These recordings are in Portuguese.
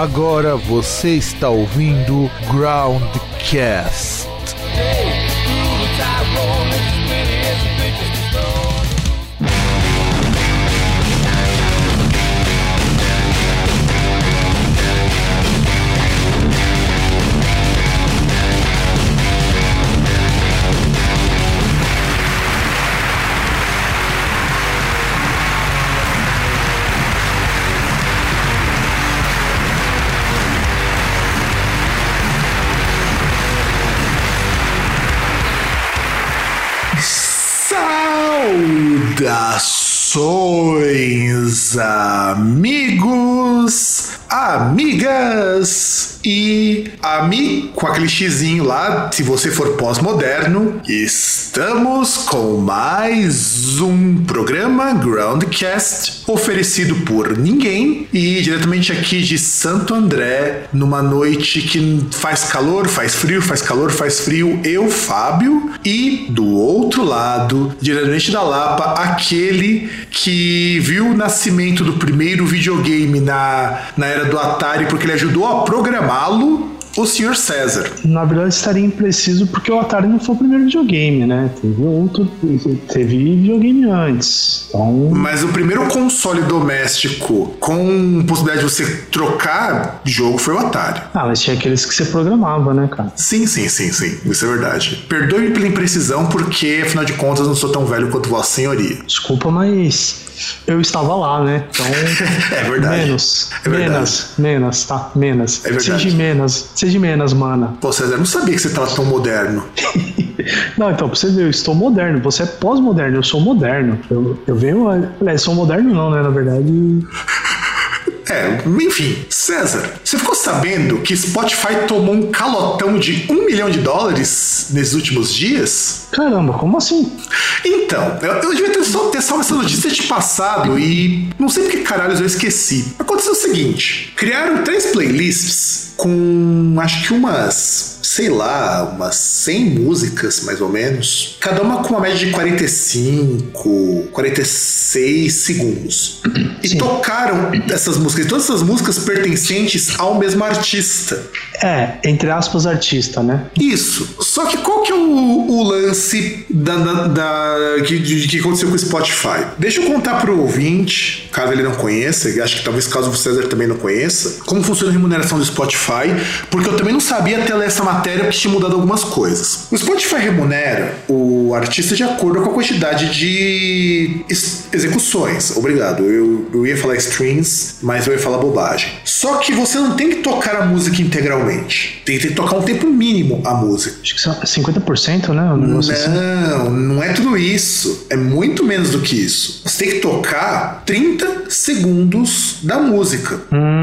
Agora você está ouvindo Groundcast. Saudações, amigos, amigas e com aquele xizinho lá, se você for pós-moderno. Estamos com mais um programa Groundcast oferecido por ninguém e diretamente aqui de Santo André, numa noite que faz calor, faz frio, faz calor, faz frio. Eu, Fábio, e do outro lado, diretamente da Lapa, aquele que viu o nascimento do primeiro videogame na era do Atari porque ele ajudou a programá-lo, o Sr. César. Na verdade estaria impreciso porque o Atari não foi o primeiro videogame, né? Teve videogame antes. Então... Mas o primeiro console doméstico com possibilidade de você trocar jogo foi o Atari. Mas tinha aqueles que você programava, né, cara? Sim. Isso é verdade. Perdoe-me pela imprecisão porque, afinal de contas, eu não sou tão velho quanto Vossa Senhoria. Desculpa, mas... eu estava lá, né? Então... é verdade. Menos, tá? Menos. É verdade. Seja menos, mana. Pô, César, eu não sabia que você estava tão moderno. Não, então, pra você ver, eu estou moderno. Você é pós-moderno, eu sou moderno. Eu venho... Aliás, sou moderno não, né? Na verdade... Enfim, César, você ficou sabendo que Spotify tomou um calotão de $1 milhão nesses últimos dias? Caramba, como assim? Então, eu devia ter salvo essa notícia de passado e não sei porque caralho eu esqueci. Aconteceu o seguinte, criaram 3 playlists com acho que umas 100 músicas, mais ou menos. Cada uma com uma média de 46 segundos. E Sim. Tocaram essas músicas. E todas essas músicas pertencentes ao mesmo artista. Entre aspas, artista, né? Isso. Só que qual que é o lance que aconteceu com o Spotify? Deixa eu contar pro ouvinte, caso ele não conheça, acho que talvez caso o César também não conheça, como funciona a remuneração do Spotify, porque eu também não sabia até ler essa matéria porque tinha mudado algumas coisas. O Spotify remunera o artista de acordo com a quantidade de execuções. Obrigado, eu ia falar streams, mas eu ia falar bobagem. Só que você não tem que tocar a música integralmente. Tem que tocar um tempo mínimo a música. Acho que são 50%, né? Não é tudo isso. É muito menos do que isso. Você tem que tocar 30 segundos da música.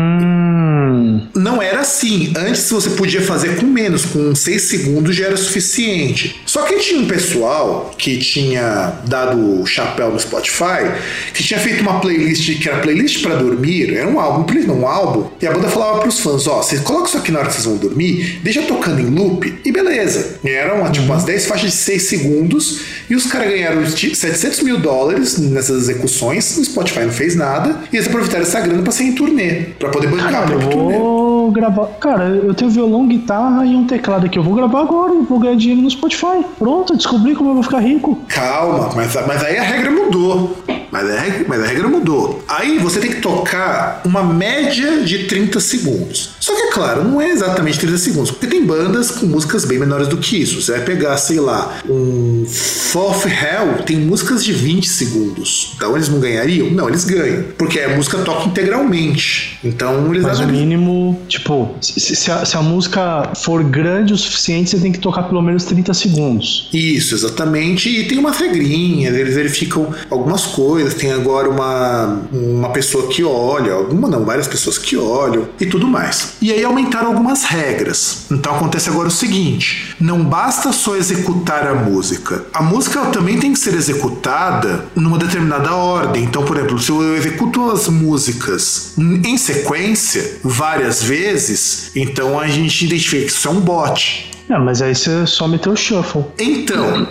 Não era assim. Antes você podia fazer com menos, com 6 segundos já era suficiente. Só que tinha um pessoal que tinha dado o chapéu no Spotify, que tinha feito uma playlist, que era playlist pra dormir, era um álbum, e a banda falava pros fãs, você coloca isso aqui na hora que vocês vão dormir, deixa tocando em loop, e beleza. E eram umas 10 faixas de 6 segundos, e os caras ganharam $700 mil nessas execuções, o Spotify não fez nada, e eles aproveitaram essa grana pra sair em turnê, pra poder bancar pro turnê. Gravar. Cara, eu tenho violão, guitarra e um teclado aqui. Eu vou gravar agora, eu vou ganhar dinheiro no Spotify. Pronto, descobri como eu vou ficar rico. Calma, mas aí a regra mudou. Mas a regra mudou. Aí você tem que tocar uma média de 30 segundos. Só que, é claro, não é exatamente 30 segundos, porque tem bandas com músicas bem menores do que isso. Você vai pegar, sei lá, um Fourth Hell, tem músicas de 20 segundos. Então eles não ganhariam? Não, eles ganham. Porque a música toca integralmente. Então eles... Mas o mínimo, tipo, se a música for grande o suficiente, você tem que tocar pelo menos 30 segundos. Isso, exatamente. E tem umas regrinhas, eles verificam algumas coisas. Tem agora uma pessoa que olha, várias pessoas que olham e tudo mais. E aí aumentaram algumas regras. Então acontece agora o seguinte: não basta só executar a música. A música também tem que ser executada numa determinada ordem. Então, por exemplo, se eu executo as músicas em sequência várias vezes, então a gente identifica que isso é um bot. Mas aí você só meteu o shuffle. Então,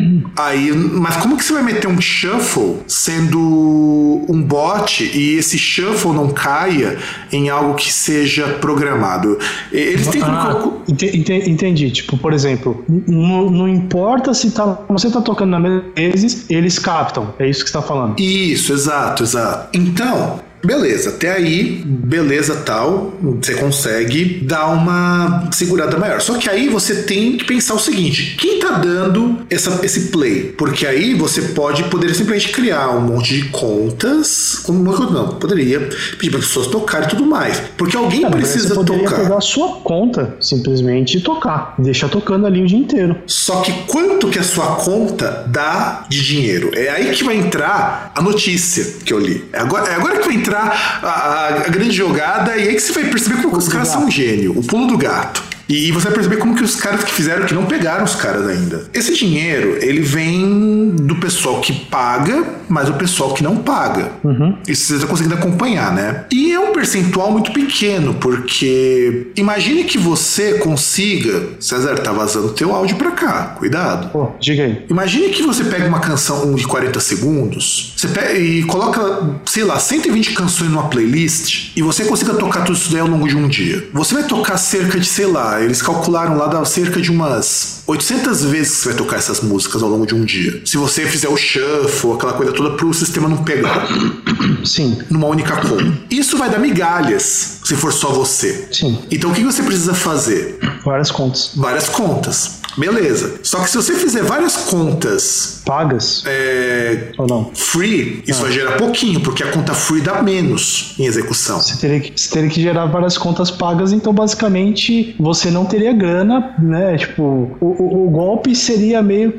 mas como que você vai meter um shuffle sendo um bot e esse shuffle não caia em algo que seja programado? Eles têm Entendi. Tipo, por exemplo, não importa se você tá tocando na mesa vezes, eles captam. É isso que você tá falando. Isso, exato. Então, beleza, até aí, beleza tal, você consegue dar uma segurada maior. Só que aí você tem que pensar o seguinte: quem tá dando esse play? Porque aí você poderia simplesmente criar um monte de contas, poderia pedir para pessoas tocarem e tudo mais. Porque alguém precisa tocar. Você poderia pegar a sua conta, simplesmente, e tocar. Deixar tocando ali o dia inteiro. Só que quanto que a sua conta dá de dinheiro? É aí que vai entrar a notícia que eu li. É agora que vai entrar a grande jogada, e aí que você vai perceber como que os caras são um gênio, o pulo do gato. E você vai perceber como que os caras que fizeram, que não pegaram os caras ainda. Esse dinheiro, ele vem do pessoal que paga, mas o pessoal que não paga. Isso vocês estão conseguindo acompanhar, né? E é um percentual muito pequeno, porque imagine que você consiga... César, tá vazando teu áudio pra cá, cuidado. Diga aí. Imagine que você pega uma canção de 40 segundos, você pega e coloca, sei lá, 120 canções numa playlist, e você consiga tocar tudo isso daí ao longo de um dia. Você vai tocar cerca de, sei lá, eles calcularam lá, dá cerca de umas 800 vezes que você vai tocar essas músicas ao longo de um dia. Se você fizer o shuffle, aquela coisa toda, pro sistema não pegar. Sim. Numa única conta. Isso vai dar migalhas, se for só você. Sim. Então o que você precisa fazer? Várias contas. Beleza. Só que se você fizer várias contas pagas, ou não? Free, isso vai gerar pouquinho, porque a conta free dá menos em execução. Você teria que gerar várias contas pagas, então basicamente você não teria grana, né? Tipo, o golpe seria meio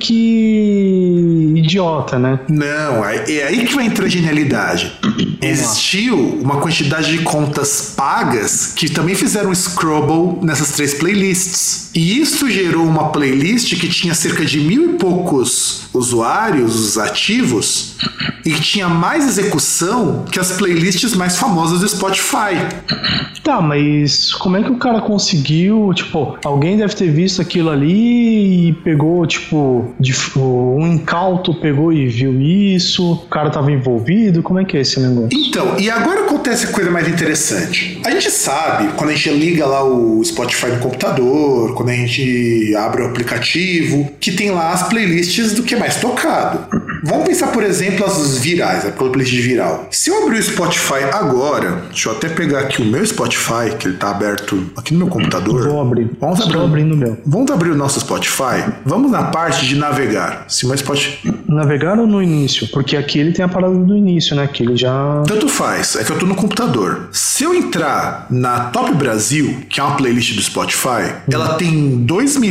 que idiota, né? Não, é aí que vai entrar a genialidade. Existiu uma quantidade de contas pagas que também fizeram Scrabble nessas 3 playlists. E isso gerou uma playlist que tinha cerca de 1.000 e poucos usuários ativos e que tinha mais execução que as playlists mais famosas do Spotify. Tá, mas como é que o cara conseguiu? Tipo, alguém deve ter visto aquilo ali e pegou, tipo, um incauto pegou e viu isso, o cara tava envolvido, como é que é esse negócio? Então, e agora acontece a coisa mais interessante. A gente sabe, quando a gente liga lá o Spotify no computador, quando a gente abre o aplicativo, que tem lá as playlists do que é mais tocado. Vamos pensar, por exemplo, as virais, a playlist viral. Se eu abrir o Spotify agora, deixa eu até pegar aqui o meu Spotify, que ele tá aberto aqui no meu computador. Vou abrir. Estou abrindo o meu. Vamos abrir o nosso Spotify? Vamos na parte de navegar. Se mais Spotify... Navegar ou no início? Porque aqui ele tem a parada do início, né? Que ele já... Tanto faz, é que eu tô no computador. Se eu entrar na Top Brasil, que é uma playlist do Spotify, ela tem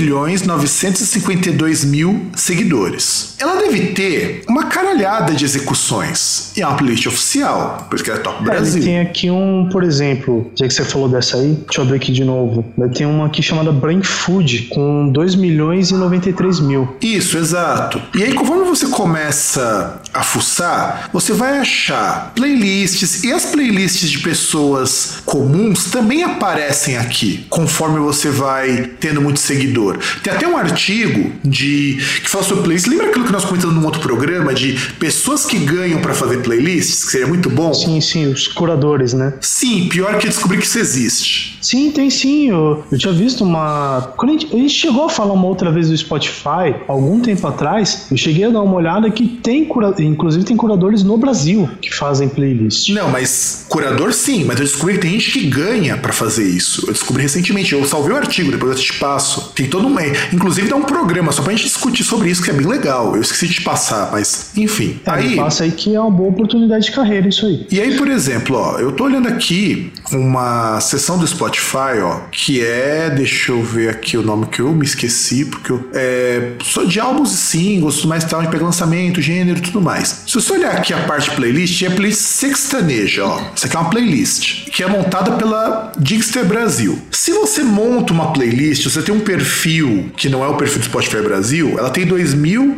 2.952.000 seguidores. Ela deve ter uma caralhada de execuções. E é uma playlist oficial, por isso que é Top Brasil. Ele tem aqui por exemplo, já que você falou dessa aí, deixa eu abrir aqui de novo. Tem uma aqui chamada Brain Food, com 2.093.000. Isso, exato. E aí, conforme você começa a fuçar, você vai achar playlists, e as playlists de pessoas comuns também aparecem aqui, conforme você vai tendo muito seguidor. Tem até um artigo que fala sobre playlist. Lembra aquilo que nós comentamos num outro programa de pessoas que ganham pra fazer playlists, que seria muito bom? Sim, os curadores, né? Sim, pior que descobrir que isso existe. Sim, tem sim. Eu tinha visto uma... Quando a gente chegou a falar uma outra vez do Spotify, algum tempo atrás, eu cheguei a dar uma olhada que inclusive tem curadores no Brasil que fazem playlist. Não, mas curador sim, mas eu descobri que tem gente que ganha pra fazer isso. Eu descobri recentemente, eu salvei o artigo, depois eu te passo. Tem todo meio. Inclusive dá um programa só pra gente discutir sobre isso, que é bem legal. Eu esqueci de te passar, mas enfim. Aí passa aí que é uma boa oportunidade de carreira isso aí. E aí, por exemplo, eu tô olhando aqui uma seção do Spotify, que deixa eu ver aqui o nome que eu me esqueci, porque só de álbuns e singles, tudo mais tal, a gente pega lançamento, gênero e tudo mais. Se você olhar aqui a parte playlist, é a playlist sextaneja, Isso aqui é uma playlist que é montada pela Digster Brasil. Se você monta uma playlist, você tem um perfil que não é o perfil do Spotify Brasil, ela tem 2.000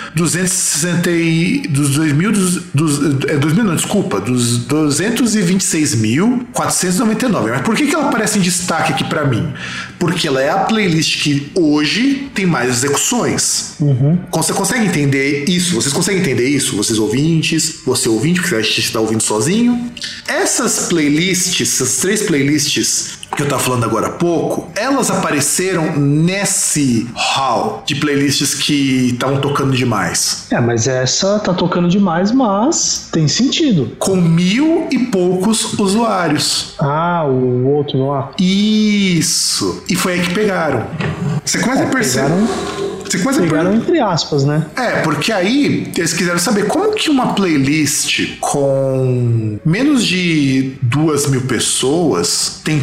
226.499. Mas por que ela aparece em destaque aqui pra mim? Porque ela é a playlist que hoje tem mais execuções. Você consegue entender isso? Vocês conseguem entender isso? Vocês ouvintes, você ouvinte, porque a gente está ouvindo sozinho. Essas playlists, essas 3 playlists que eu tava falando agora há pouco, elas apareceram nesse hall de playlists que estavam tocando demais. Mas essa tá tocando demais, mas tem sentido. Com 1.000 e poucos usuários. O outro lá. Isso. E foi aí que pegaram. Você começa a perceber. Pegaram entre aspas, né? Porque aí eles quiseram saber como que uma playlist com menos de 2.000 pessoas tem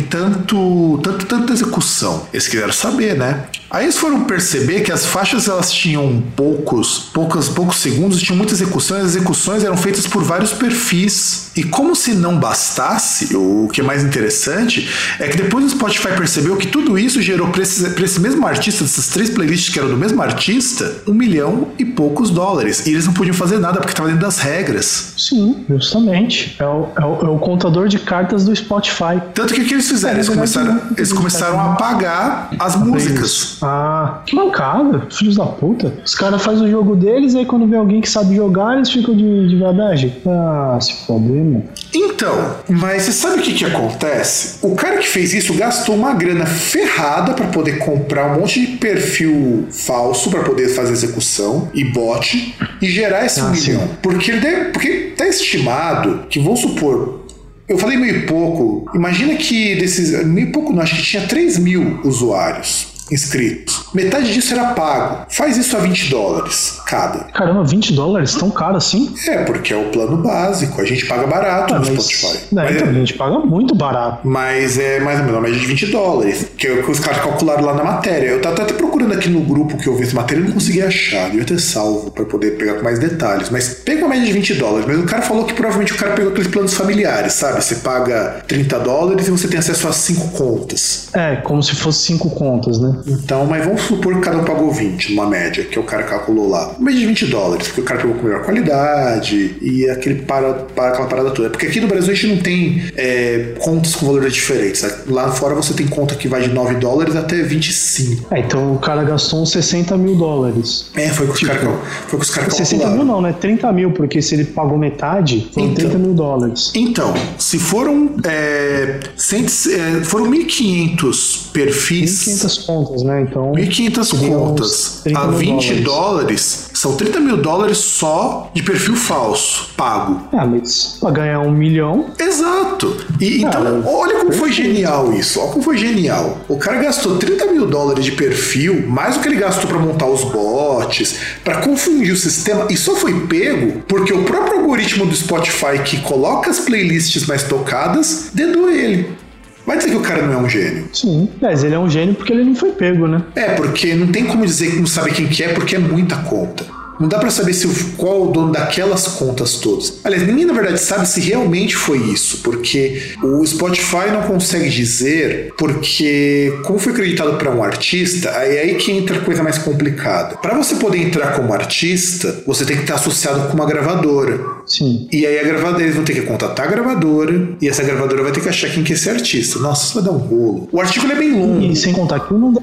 tanta execução. Eles quiseram saber, né? Aí eles foram perceber que as faixas elas tinham poucos segundos, tinham muita execução, e as execuções eram feitas por vários perfis. E como se não bastasse, o que é mais interessante é que depois o Spotify percebeu que tudo isso gerou para esse mesmo artista, dessas 3 playlists que eram do mesmo artista, $1 milhão e poucos. E eles não podiam fazer nada porque estava dentro das regras. Sim, justamente. É o contador de cartas do Spotify. Tanto que o que eles fizeram? Eles começaram a apagar as músicas. Que mancada, filhos da puta. Os caras fazem o jogo deles, aí quando vê alguém que sabe jogar, eles ficam de verdade. Se foder, mano. Então, mas você sabe o que acontece? O cara que fez isso gastou uma grana ferrada para poder comprar um monte de perfil falso para poder fazer execução e bot e gerar esse 1 milhão. Porque tá estimado que, vamos supor, eu falei meio pouco, imagina que desses, meio pouco não, acho que tinha 3.000 usuários inscritos. Metade disso era pago. Faz isso a $20 cada. Caramba, $20? Tão caro assim? Porque é o plano básico. A gente paga barato no Spotify. A gente paga muito barato. Mas é mais ou menos a média de $20. Que é o que os caras calcularam lá na matéria. Eu tava até procurando aqui no grupo que eu vi essa matéria e não consegui achar. Devia ter salvo pra poder pegar com mais detalhes. Mas pega uma média de $20. Mas o cara falou que provavelmente o cara pegou aqueles planos familiares, sabe? Você paga $30 e você tem acesso a 5 contas. Como se fosse 5 contas, né? Então, mas vamos supor que cada um pagou 20, numa média, que o cara calculou lá. Uma média de $20, porque o cara pegou com melhor qualidade e aquela parada toda. Porque aqui no Brasil a gente não tem contas com valores diferentes. Lá fora você tem conta que vai de $9 até 25. Então o cara gastou uns $60 mil. Foi o que os caras calcularam. 60 mil não, né? 30 mil, porque se ele pagou metade, foram $30 mil. Então, se foram 1.500 perfis... 1.500 contas, né? Então, 1.500 contas a $20 são $30 mil só de perfil falso, pago. Mas pra ganhar 1 milhão... Exato. Então, olha como foi genial isso. Olha como foi genial. O cara gastou $30 mil de perfil, mais do que ele gastou pra montar os bots, pra confundir o sistema, e só foi pego porque o próprio algoritmo do Spotify que coloca as playlists mais tocadas dedou ele. Vai dizer que o cara não é um gênio. Sim, mas ele é um gênio porque ele não foi pego, né? Porque não tem como dizer que não sabe quem que é, porque é muita conta. Não dá pra saber qual é o dono daquelas contas todas. Aliás, ninguém na verdade sabe se realmente foi isso, porque o Spotify não consegue dizer, porque como foi acreditado para um artista, é aí que entra a coisa mais complicada. Para você poder entrar como artista, você tem que estar associado com uma gravadora. Sim. E aí a gravadora, eles vão ter que contatar a gravadora, e essa gravadora vai ter que achar quem que é esse artista. Nossa, isso vai dar um rolo. O artigo é bem longo. E sem contar que não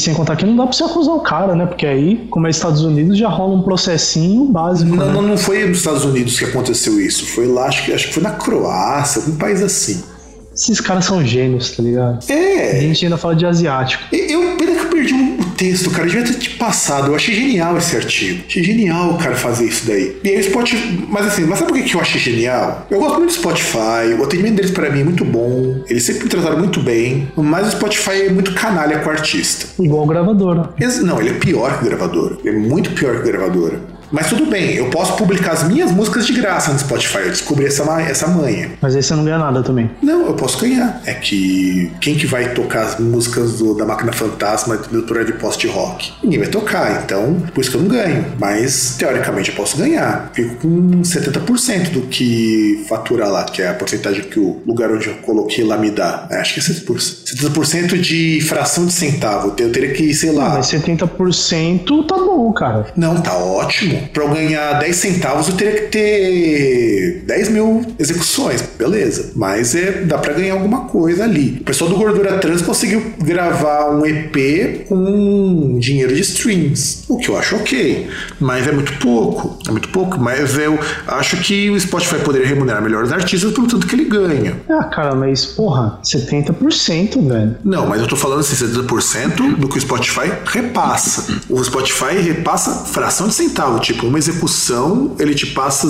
dá pra você acusar o cara, né? Porque aí, como é Estados Unidos, já rola um processinho básico. Não foi nos Estados Unidos que aconteceu isso. Foi lá, acho que foi na Croácia, algum país assim. Esses caras são gênios, tá ligado? A gente ainda fala de asiático. Pena que eu perdi o texto, cara. Eu devia ter te passado. Eu achei genial esse artigo. Achei genial o cara fazer isso daí. E aí o Spotify... Mas sabe por que eu achei genial? Eu gosto muito do Spotify. O atendimento deles pra mim é muito bom. Eles sempre me trataram muito bem. Mas o Spotify é muito canalha com o artista. Igual gravadora. Não, ele é pior que gravadora. Ele é muito pior que gravadora. Mas tudo bem, eu posso publicar as minhas músicas de graça no Spotify. Eu descobri essa manha. Mas aí você não ganha nada também. Não, eu posso ganhar. É que quem que vai tocar as músicas da Máquina Fantasma do Ed Post-Rock? Ninguém vai tocar, então por isso que eu não ganho. Mas teoricamente eu posso ganhar. Fico com 70% do que fatura lá, que é a porcentagem que o lugar onde eu coloquei lá me dá. Acho que é 70%. 70% de fração de centavo. Eu teria que, sei lá... Mas 70% tá bom, cara. Não, tá ótimo. pra eu ganhar 10 centavos eu teria que ter 10 mil execuções, beleza, mas dá pra ganhar alguma coisa ali. O pessoal do Gordura Trans conseguiu gravar um EP com dinheiro de streams, o que eu acho ok, mas é muito pouco, mas eu acho que o Spotify poderia remunerar melhor os artistas pelo tanto que ele ganha. Ah, cara, mas porra, 70%, velho. Não, mas eu tô falando assim, 70% do que o Spotify repassa. O Spotify repassa fração de centavo, tipo, uma execução, ele te passa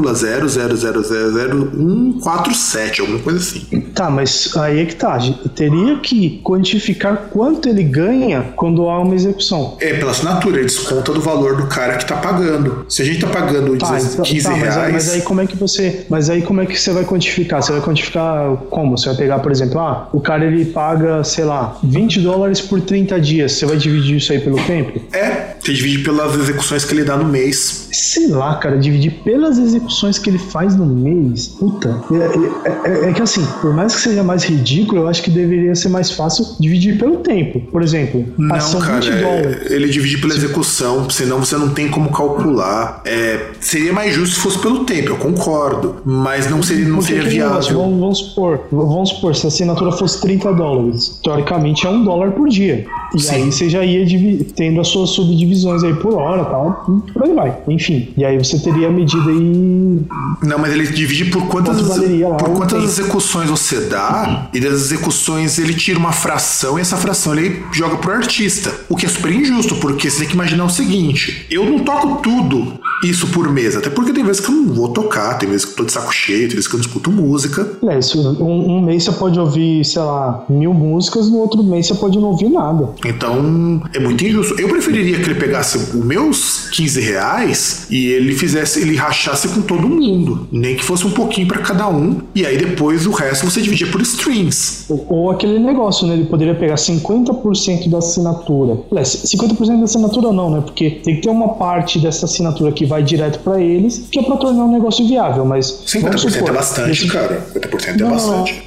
0,0000147, alguma coisa assim. Tá, mas aí é que tá, teria que quantificar quanto ele ganha quando há uma execução. É, pela assinatura, ele desconta do valor do cara que tá pagando. Se a gente tá pagando 15 reais... Mas aí como é que você vai quantificar? Você vai quantificar como? Você vai pegar, por exemplo, o cara ele paga, sei lá, $20 por 30 dias. Você vai dividir isso aí pelo tempo? Você divide pelas execuções que ele dá no mês. Sei lá, cara, dividir pelas execuções que ele faz no mês. Puta, é que assim, por mais que seja mais ridículo, eu acho que deveria ser mais fácil dividir pelo tempo. Por exemplo, são cara, $20. Ele divide pela execução, senão você não tem como calcular. Seria mais justo se fosse pelo tempo, eu concordo, mas não seria viável. Vamos supor, se a assinatura fosse $30, teoricamente é $1 por dia. E Sim. Aí você já ia tendo as suas subdivisões aí por hora e tal, por aí vai. Enfim, e aí você teria a medida aí... Não, mas ele divide por quantas execuções você dá, e das execuções ele tira uma fração, e essa fração ele joga pro artista. O que é super injusto, porque você tem que imaginar o seguinte: eu não toco tudo isso por mês, até porque tem vezes que eu não vou tocar, tem vezes que eu tô de saco cheio, tem vezes que eu não escuto música. Um mês você pode ouvir, sei lá, 1000 músicas, no outro mês você pode não ouvir nada. Então, é muito injusto. Eu preferiria que ele pegasse os meus 15 reais e ele rachasse com todo mundo, nem que fosse um pouquinho pra cada um, e aí depois o resto você dividia por streams. Ou aquele negócio, né? Ele poderia pegar 50% da assinatura. 50% da assinatura não, né? Porque tem que ter uma parte dessa assinatura que vai direto pra eles, que é pra tornar o negócio viável, mas... 50% é bastante, cara. 50% é bastante.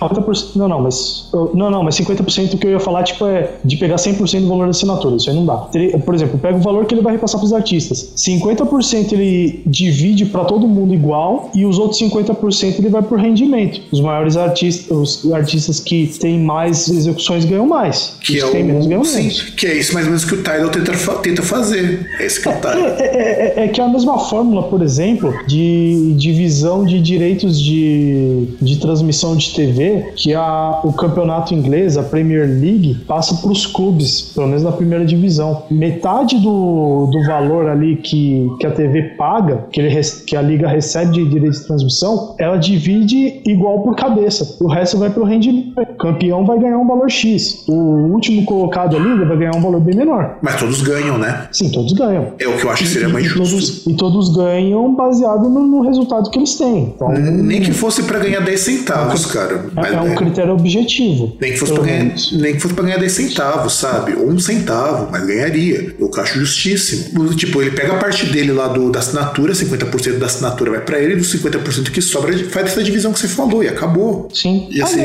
Não, mas 50% que eu ia falar, tipo, é de pegar 100% do valor da assinatura. Isso aí não dá. Por exemplo, pega o valor que ele vai repassar pros artistas. 50% ele divide pra todo mundo igual, e os outros 50% ele vai por rendimento. Os maiores artistas, os artistas que têm mais execuções ganham mais. Que é têm menos ganham menos. Sim, que é isso mais ou menos que o Tidal tenta fazer. É esse que é o Tidal. É que é a mesma fórmula, por exemplo, de divisão de direitos de transmissão de TV, que o campeonato inglês, a Premier League, passa para os clubes, pelo menos na primeira divisão. Metade do valor ali que a TV paga, que a liga recebe de direitos de transmissão, ela divide igual por cabeça. O resto vai pro rendimento. O campeão vai ganhar um valor X. O último colocado ali vai ganhar um valor bem menor. Mas todos ganham, né? Sim, todos ganham. É o que eu acho que seria mais justo. E todos ganham baseado no resultado que eles têm. Então, nem que fosse pra ganhar 10 centavos, cara. É um critério objetivo. Nem que fosse pra ganhar 10 centavos, sabe? Ou 1 centavo, mas ganharia. Eu acho justíssimo. Tipo, ele pega a parte dele lá da assinatura, 50% da assinatura vai pra ele, dos 50% que sobra, faz essa divisão que você falou e acabou. Sim. E assim,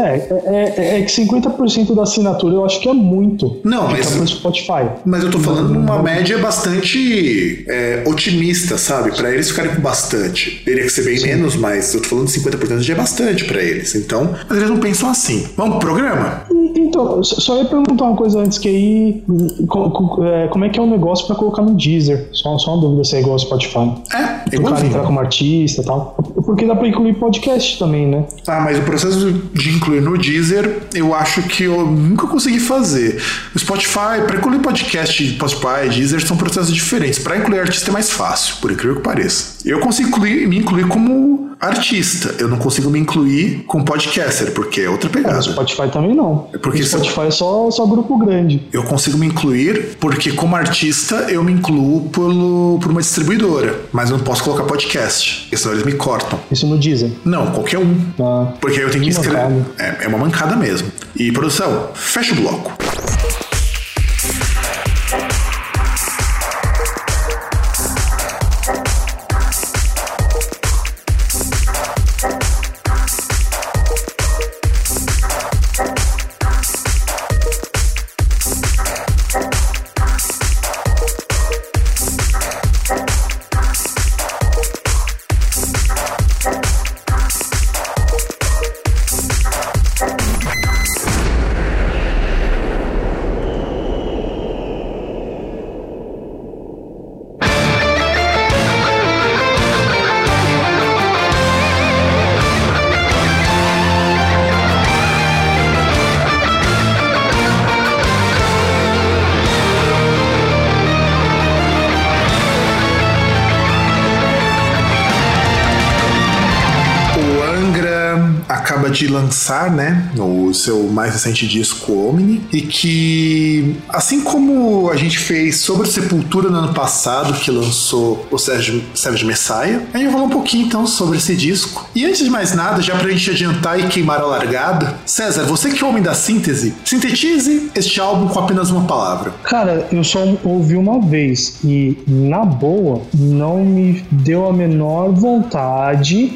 é que 50% da assinatura eu acho que é muito. Não, mas... pro Spotify. Mas eu tô falando numa média bastante otimista, sabe? Pra eles ficarem com bastante. Teria que ser bem menos, mas eu tô falando de 50% já é bastante pra eles. Então, mas eles não pensam assim. Vamos pro programa? Então, só ia perguntar uma coisa antes, que aí como é que é o negócio pra colocar no Deezer? Só uma dúvida se é igual ao Spotify. O cara entrar como artista e tal. Porque dá pra incluir podcast também, né? Mas o processo de incluir no Deezer, eu acho que eu nunca consegui fazer. O Spotify, pra incluir podcast, Spotify, Deezer, são processos diferentes. Pra incluir artista é mais fácil, por incrível que pareça. Eu consigo me incluir como artista. Eu não consigo me incluir como podcaster, porque é outra pegada. O Spotify também não. Porque o Spotify é só grupo grande. Eu consigo me incluir porque, como artista, eu me incluo por uma distribuidora. Mas eu não posso colocar podcast, porque senão eles me cortam. Isso no Deezer? Não, qualquer um. Porque aí eu tenho que inscrever. É uma mancada mesmo. E, produção, fecha o bloco. acaba de lançar, né, o seu mais recente disco Omni, e que, assim como a gente fez sobre o Sepultura no ano passado, que lançou o Savage Messiah, a gente vai falar um pouquinho então sobre esse disco. E antes de mais nada, já pra gente adiantar e queimar a largada, César, você que é o homem da síntese, sintetize este álbum com apenas uma palavra. Cara, eu só ouvi uma vez e, na boa, não me deu a menor vontade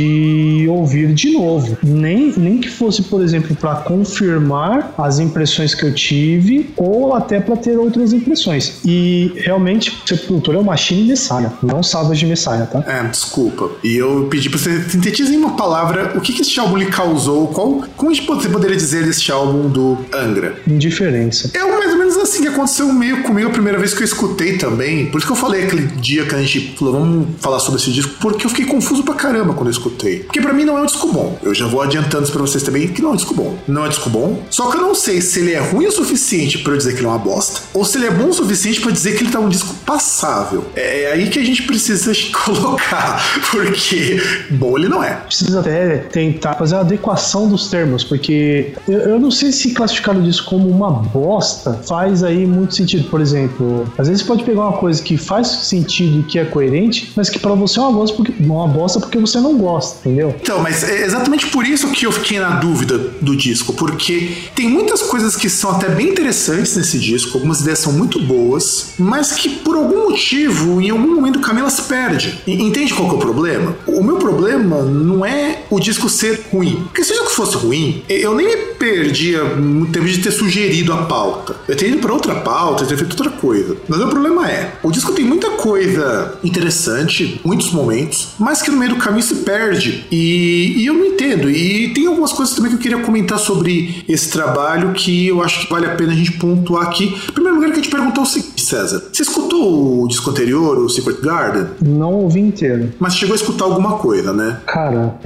de ouvir de novo. Nem que fosse, por exemplo, para confirmar as impressões que eu tive ou até para ter outras impressões. E realmente, Sepultura é uma Machine Messiah, não Savage Messiah, tá? Desculpa. E eu pedi pra você sintetizar em uma palavra o que esse álbum lhe causou, como você poderia dizer desse álbum do Angra? Indiferença. É mais ou menos assim que aconteceu meio comigo a primeira vez que eu escutei também. Por isso que eu falei aquele dia que a gente falou, vamos falar sobre esse disco, porque eu fiquei confuso pra caramba quando eu escutei. Porque pra mim não é um disco bom. Eu já vou adiantando isso pra vocês também, que não é um disco bom. Não é um disco bom, só que eu não sei se ele é ruim o suficiente pra eu dizer que ele é uma bosta, ou se ele é bom o suficiente pra dizer que ele tá um disco passável. É aí que a gente precisa colocar, porque bom ele não é. Precisa até tentar fazer uma adequação dos termos, porque eu não sei se classificar o disco como uma bosta faz aí muito sentido. Por exemplo, às vezes você pode pegar uma coisa que faz sentido e que é coerente, mas que pra você é uma bosta porque você não gosta, entendeu? Então, mas é exatamente por isso que eu fiquei na dúvida do disco, porque tem muitas coisas que são até bem interessantes nesse disco, algumas ideias são muito boas, mas que por algum motivo, em algum momento do caminho ela se perde. Entende qual que é o problema? O meu problema não é o disco ser ruim, porque se o disco fosse ruim, eu nem me perdia no tempo de ter sugerido a pauta. Eu teria ido pra outra pauta, eu teria feito outra coisa. Mas o problema é, o disco tem muita coisa interessante, muitos momentos, mas que no meio do caminho se perde. E eu não entendo. E tem algumas coisas também que eu queria comentar sobre esse trabalho que eu acho que vale a pena a gente pontuar aqui. Em primeiro lugar, eu queria te perguntar o seguinte, César. Você escutou o disco anterior, o Secret Garden? Não ouvi inteiro. Mas chegou a escutar alguma coisa, né? Cara,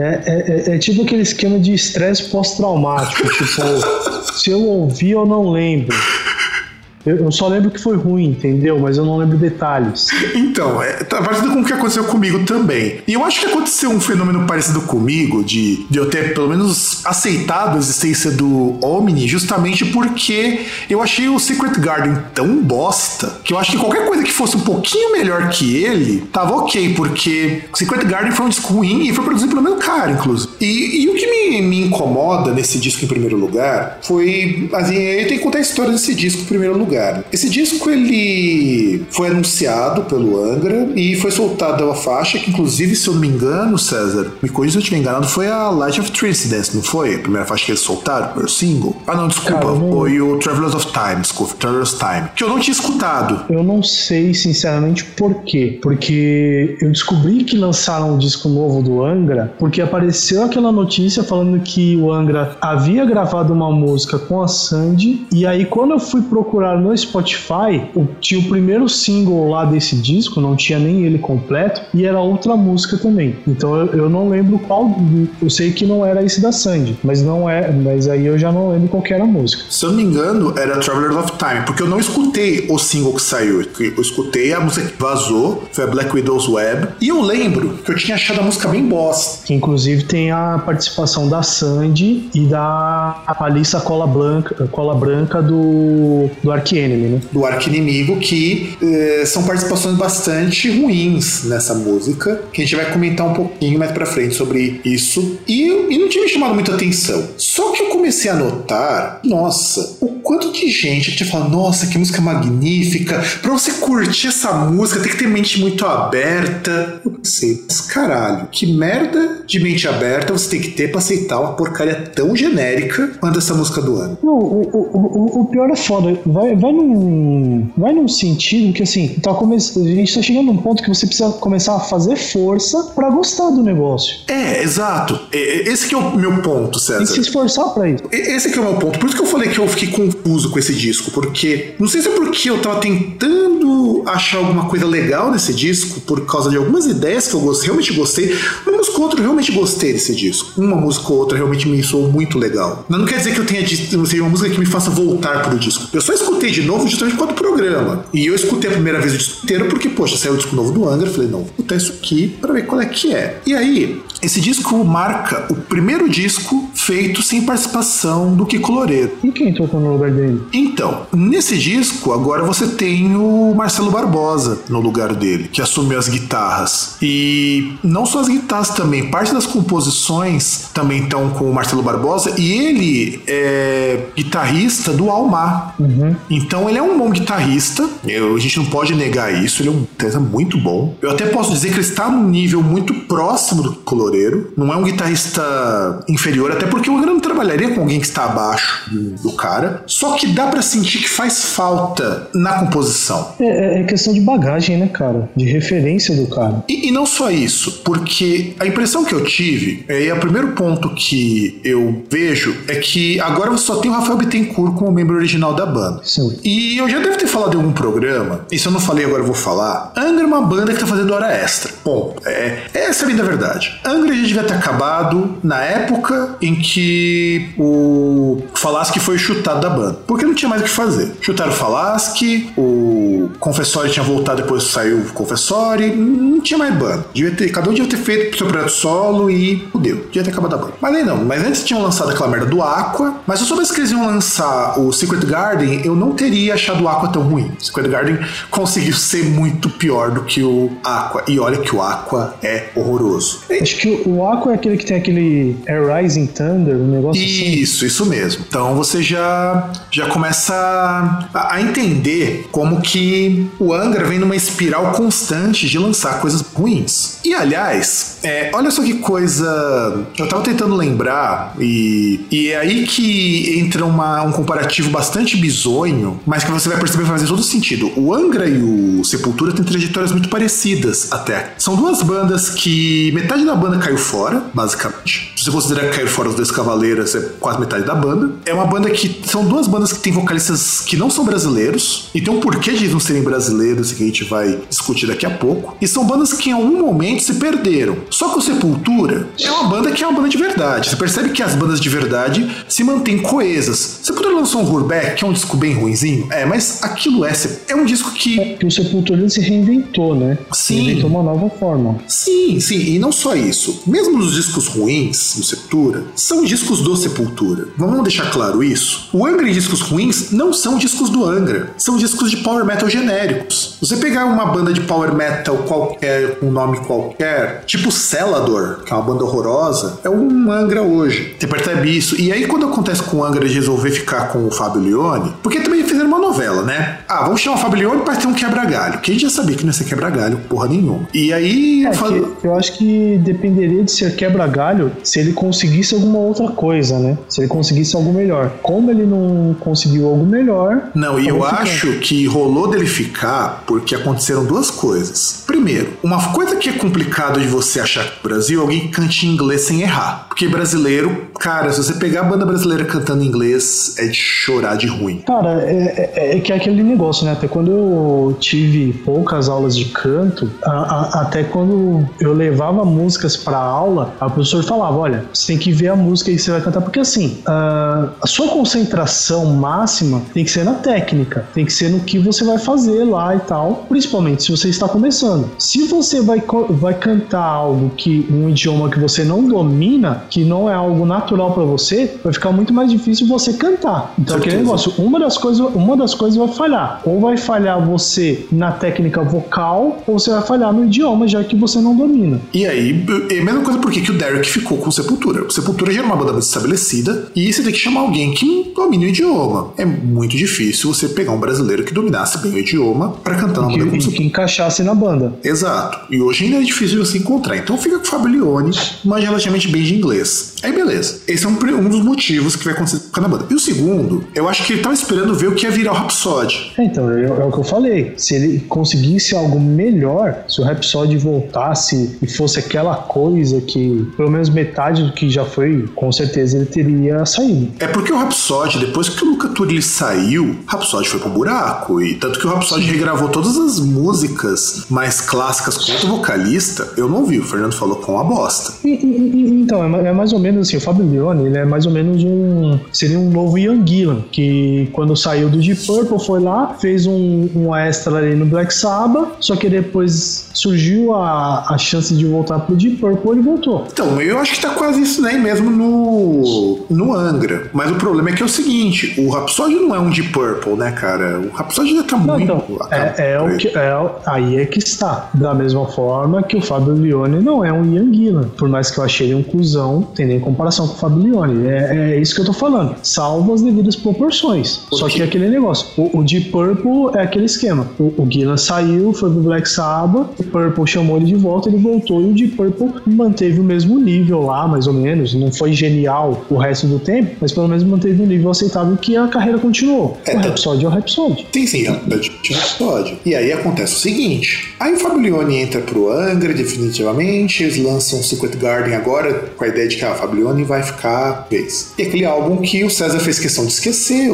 é tipo aquele esquema de estresse pós-traumático. Tipo, se eu ouvi, eu não lembro. Eu só lembro que foi ruim, entendeu? Mas eu não lembro detalhes. Então, tá parecido com o que aconteceu comigo também. E eu acho que aconteceu um fenômeno parecido comigo, de eu ter pelo menos aceitado a existência do Omni, justamente porque eu achei o Secret Garden tão bosta, que eu acho que qualquer coisa que fosse um pouquinho melhor que ele, tava ok, porque o Secret Garden foi um disco ruim e foi produzido pelo meu cara, inclusive. E o que me incomoda nesse disco em primeiro lugar foi, assim, eu tenho que contar a história desse disco em primeiro lugar. Esse disco, ele foi anunciado pelo Angra e foi soltado uma faixa que, inclusive, se eu não me engano, César, me corrija se eu estiver enganado, foi a Light of Transcendence, não foi? A primeira faixa que eles soltaram, o single? Ah, não, desculpa, foi o Travelers of Time, desculpa, Travelers of Time, que eu não tinha escutado. Eu não sei, sinceramente, por quê. Porque eu descobri que lançaram um disco novo do Angra, porque apareceu aquela notícia falando que o Angra havia gravado uma música com a Sandy, e aí quando eu fui procurar no Spotify, tinha o primeiro single lá desse disco, não tinha nem ele completo, e era outra música também. Então eu não lembro qual, eu sei que não era esse da Sandy, mas aí eu já não lembro qual que era a música. Se eu não me engano, era Travelers of Time, porque eu não escutei o single que saiu, eu escutei a música que vazou, foi a Black Widow's Web, e eu lembro que eu tinha achado a música bem bosta. Que inclusive tem a participação da Sandy e da Alissa Cola Branca do Arch-Enemy, né? Do Arch-Inimigo, que são participações bastante ruins nessa música, que a gente vai comentar um pouquinho mais pra frente sobre isso. E não tinha me chamado muita atenção. Só que eu comecei a notar, nossa, o quanto de gente que tinha falado, nossa, que música magnífica, pra você curtir essa música tem que ter mente muito aberta. Eu pensei, mas caralho, que merda de mente aberta você tem que ter pra aceitar uma porcaria tão genérica quanto essa música do ano. Não, o pior é foda, vai num sentido que assim, a gente tá chegando num ponto que você precisa começar a fazer força pra gostar do negócio. Exato. Esse que é o meu ponto, César. Tem que se esforçar pra isso. Esse que é o meu ponto. Por isso que eu falei que eu fiquei confuso com esse disco, porque não sei se é porque eu tava tentando achar alguma coisa legal nesse disco, por causa de algumas ideias que eu realmente gostei. Uma música ou outra eu realmente gostei desse disco. Uma música ou outra realmente me soou muito legal. Não quer dizer que eu tenha seja uma música que me faça voltar pro disco. Eu só escutei escutei de novo justamente por causa do programa. E eu escutei a primeira vez o disco inteiro porque, poxa, saiu o disco novo do Angra. Eu falei, não, vou escutar isso aqui pra ver qual é que é. E aí, esse disco marca o primeiro disco feito sem participação do Kiko Loureiro. E quem tocou no lugar dele? Então, nesse disco, agora você tem o Marcelo Barbosa no lugar dele, que assumiu as guitarras. E não só as guitarras também, parte das composições também estão com o Marcelo Barbosa, e ele é guitarrista do Almar. Então ele é um bom guitarrista, a gente não pode negar isso, ele é um guitarrista muito bom. Eu até posso dizer que ele está num nível muito próximo do Kiko Loureiro, não é um guitarrista inferior, até porque o Angra não trabalharia com alguém que está abaixo do cara, só que dá pra sentir que faz falta na composição. É questão de bagagem, né, cara? De referência do cara. E não só isso, porque a impressão que eu tive, e o primeiro ponto que eu vejo é que agora você só tem o Rafael Bittencourt como membro original da banda. Sim. E eu já devo ter falado em algum programa, e se eu não falei agora eu vou falar, Angra é uma banda que tá fazendo hora extra. Bom, essa é a verdade. Angra já devia ter acabado na época em que o Falaschi foi chutado da banda, porque não tinha mais o que fazer. Chutaram o Falaschi, o Confessori tinha voltado, depois saiu o Confessori, não tinha mais banda. Cada um devia ter feito seu projeto solo e fudeu, devia ter acabado a banda. Mas aí não, mas antes tinham lançado aquela merda do Aqua, mas se eu soubesse que eles iam lançar o Secret Garden, eu não teria achado o Aqua tão ruim. O Secret Garden conseguiu ser muito pior do que o Aqua, e olha que o Aqua é horroroso. Acho que o Aqua é aquele que tem aquele Air Rising Thunder, um negócio assim. Isso mesmo. Então você já começa a entender como que o Angra vem numa espiral constante de lançar coisas ruins. E aliás, olha só que coisa, eu tava tentando lembrar, e é aí que entra um comparativo bastante bizonho, mas que você vai perceber que vai fazer todo sentido. O Angra e o Sepultura têm trajetórias muito parecidas até. São duas bandas que metade da banda caiu fora, basicamente. Se você considerar que caiu fora os Dois Cavaleiros, é quase metade da banda. É uma banda que são duas bandas que tem vocalistas que não são brasileiros, e tem um porquê de não serem brasileiros que a gente vai discutir daqui a pouco. E são bandas que em algum momento se perderam. Só que o Sepultura é uma banda que é uma banda de verdade. Você percebe que as bandas de verdade se mantêm coesas. Sepultura lançou um Hurbeck, que é um disco bem ruinzinho, mas aquilo é um disco que o Sepultura se reinventou, né? Sim. Reinventou uma nova forma. Sim, e não só isso. Mesmo os discos ruins do Sepultura, são discos do Sepultura. Vamos deixar claro isso. O Angra e discos ruins não são discos do Angra. São discos de power metal genéricos. Você pegar uma banda de power metal qualquer, com um nome qualquer, tipo Celador, que é uma banda horrorosa, é um Angra hoje. Você percebe isso? E aí quando acontece com o Angra de resolver ficar com o Fábio Leone, porque também fizeram uma novela, né? Vamos chamar o Fábio Leone para ter um quebra-galho, que a gente já sabia que não ia ser quebra-galho porra nenhuma. E aí eu acho que dependeria de ser quebra-galho se ele conseguisse alguma outra coisa, né? Se ele conseguisse algo melhor. Como ele não conseguiu algo melhor... Não, e eu acho que rolou dele ficar porque aconteceram duas coisas. Primeiro, uma coisa que é complicado de você achar que no Brasil é alguém que cante em inglês sem errar. Porque brasileiro, cara, se você pegar a banda brasileira cantando em inglês, é de chorar de ruim. Cara, que é aquele negócio, né? Até quando eu tive poucas aulas de canto, até quando eu levava músicas pra aula, o professor falava, olha, você tem que ver a música que você vai cantar, porque assim, a sua concentração máxima tem que ser na técnica, tem que ser no que você vai fazer lá e tal, principalmente se você está começando. Se você vai cantar algo um idioma que você não domina, que não é algo natural pra você, vai ficar muito mais difícil você cantar. Então aquele negócio, uma das coisas vai falhar. Ou vai falhar você na técnica vocal, ou você vai falhar no idioma, já que você não domina. E aí, é a mesma coisa porque que o Derek ficou com o Sepultura. O Sepultura já era uma banda muito estabelecida, e você tem que chamar alguém que domine o idioma. É muito difícil você pegar um brasileiro que dominasse bem o idioma pra cantar na banda como Sepultura. Que encaixasse na banda. Exato. E hoje ainda é difícil você encontrar. Então fica com o Fábio Leone, mas relativamente bem de inglês. Aí beleza. Esse é um dos motivos que vai acontecer com a banda. E o segundo, eu acho que ele tava esperando ver o que ia virar o Rhapsody. Então, é o que eu falei. Se ele conseguisse algo melhor, se o Rhapsody voltasse e fosse aquela coisa que pelo menos metade metade do que já foi, com certeza ele teria saído. É porque o Rhapsody, depois que o Luca Turilli saiu, o Rhapsody foi pro buraco, e tanto que o Rhapsody regravou todas as músicas mais clássicas com outro vocalista, eu não vi, o Fernando falou que é uma bosta. Então, é mais ou menos assim, o Fabiglione, ele é mais ou menos seria um novo Ian Gillan, que quando saiu do Deep Purple foi lá, fez um extra ali no Black Sabbath, só que depois surgiu a chance de voltar pro Deep Purple, ele voltou. Então, eu acho que tá quase isso aí mesmo no Angra, mas o problema é que é o seguinte, o Rhapsody não é um Deep Purple, né, cara? O Rhapsody já tá muito... Então, aí é que está. Da mesma forma que o Fabiglione não é um Ian Gillan, por mais que eu achei ele um cuzão, tem nem comparação com o Fabiglione. É isso que eu tô falando. Salvo as devidas proporções. Só que é aquele negócio. O Deep Purple é aquele esquema. O Gillan saiu, foi pro Black Sabbath, o Purple chamou ele de volta, ele voltou e o Deep Purple manteve o mesmo nível lá, mais ou menos. Não foi genial o resto do tempo, mas pelo menos manteve um nível aceitável que a carreira continuou. O Rhapsody é o Rhapsody. Sim, é o Rhapsody. E aí acontece o seguinte, aí o Fabiglione entra pro Angra definitivamente, eles lançam Secret Garden agora com a ideia de que a Fabiglione vai ficar vez. E aquele álbum que o César fez questão de esquecer,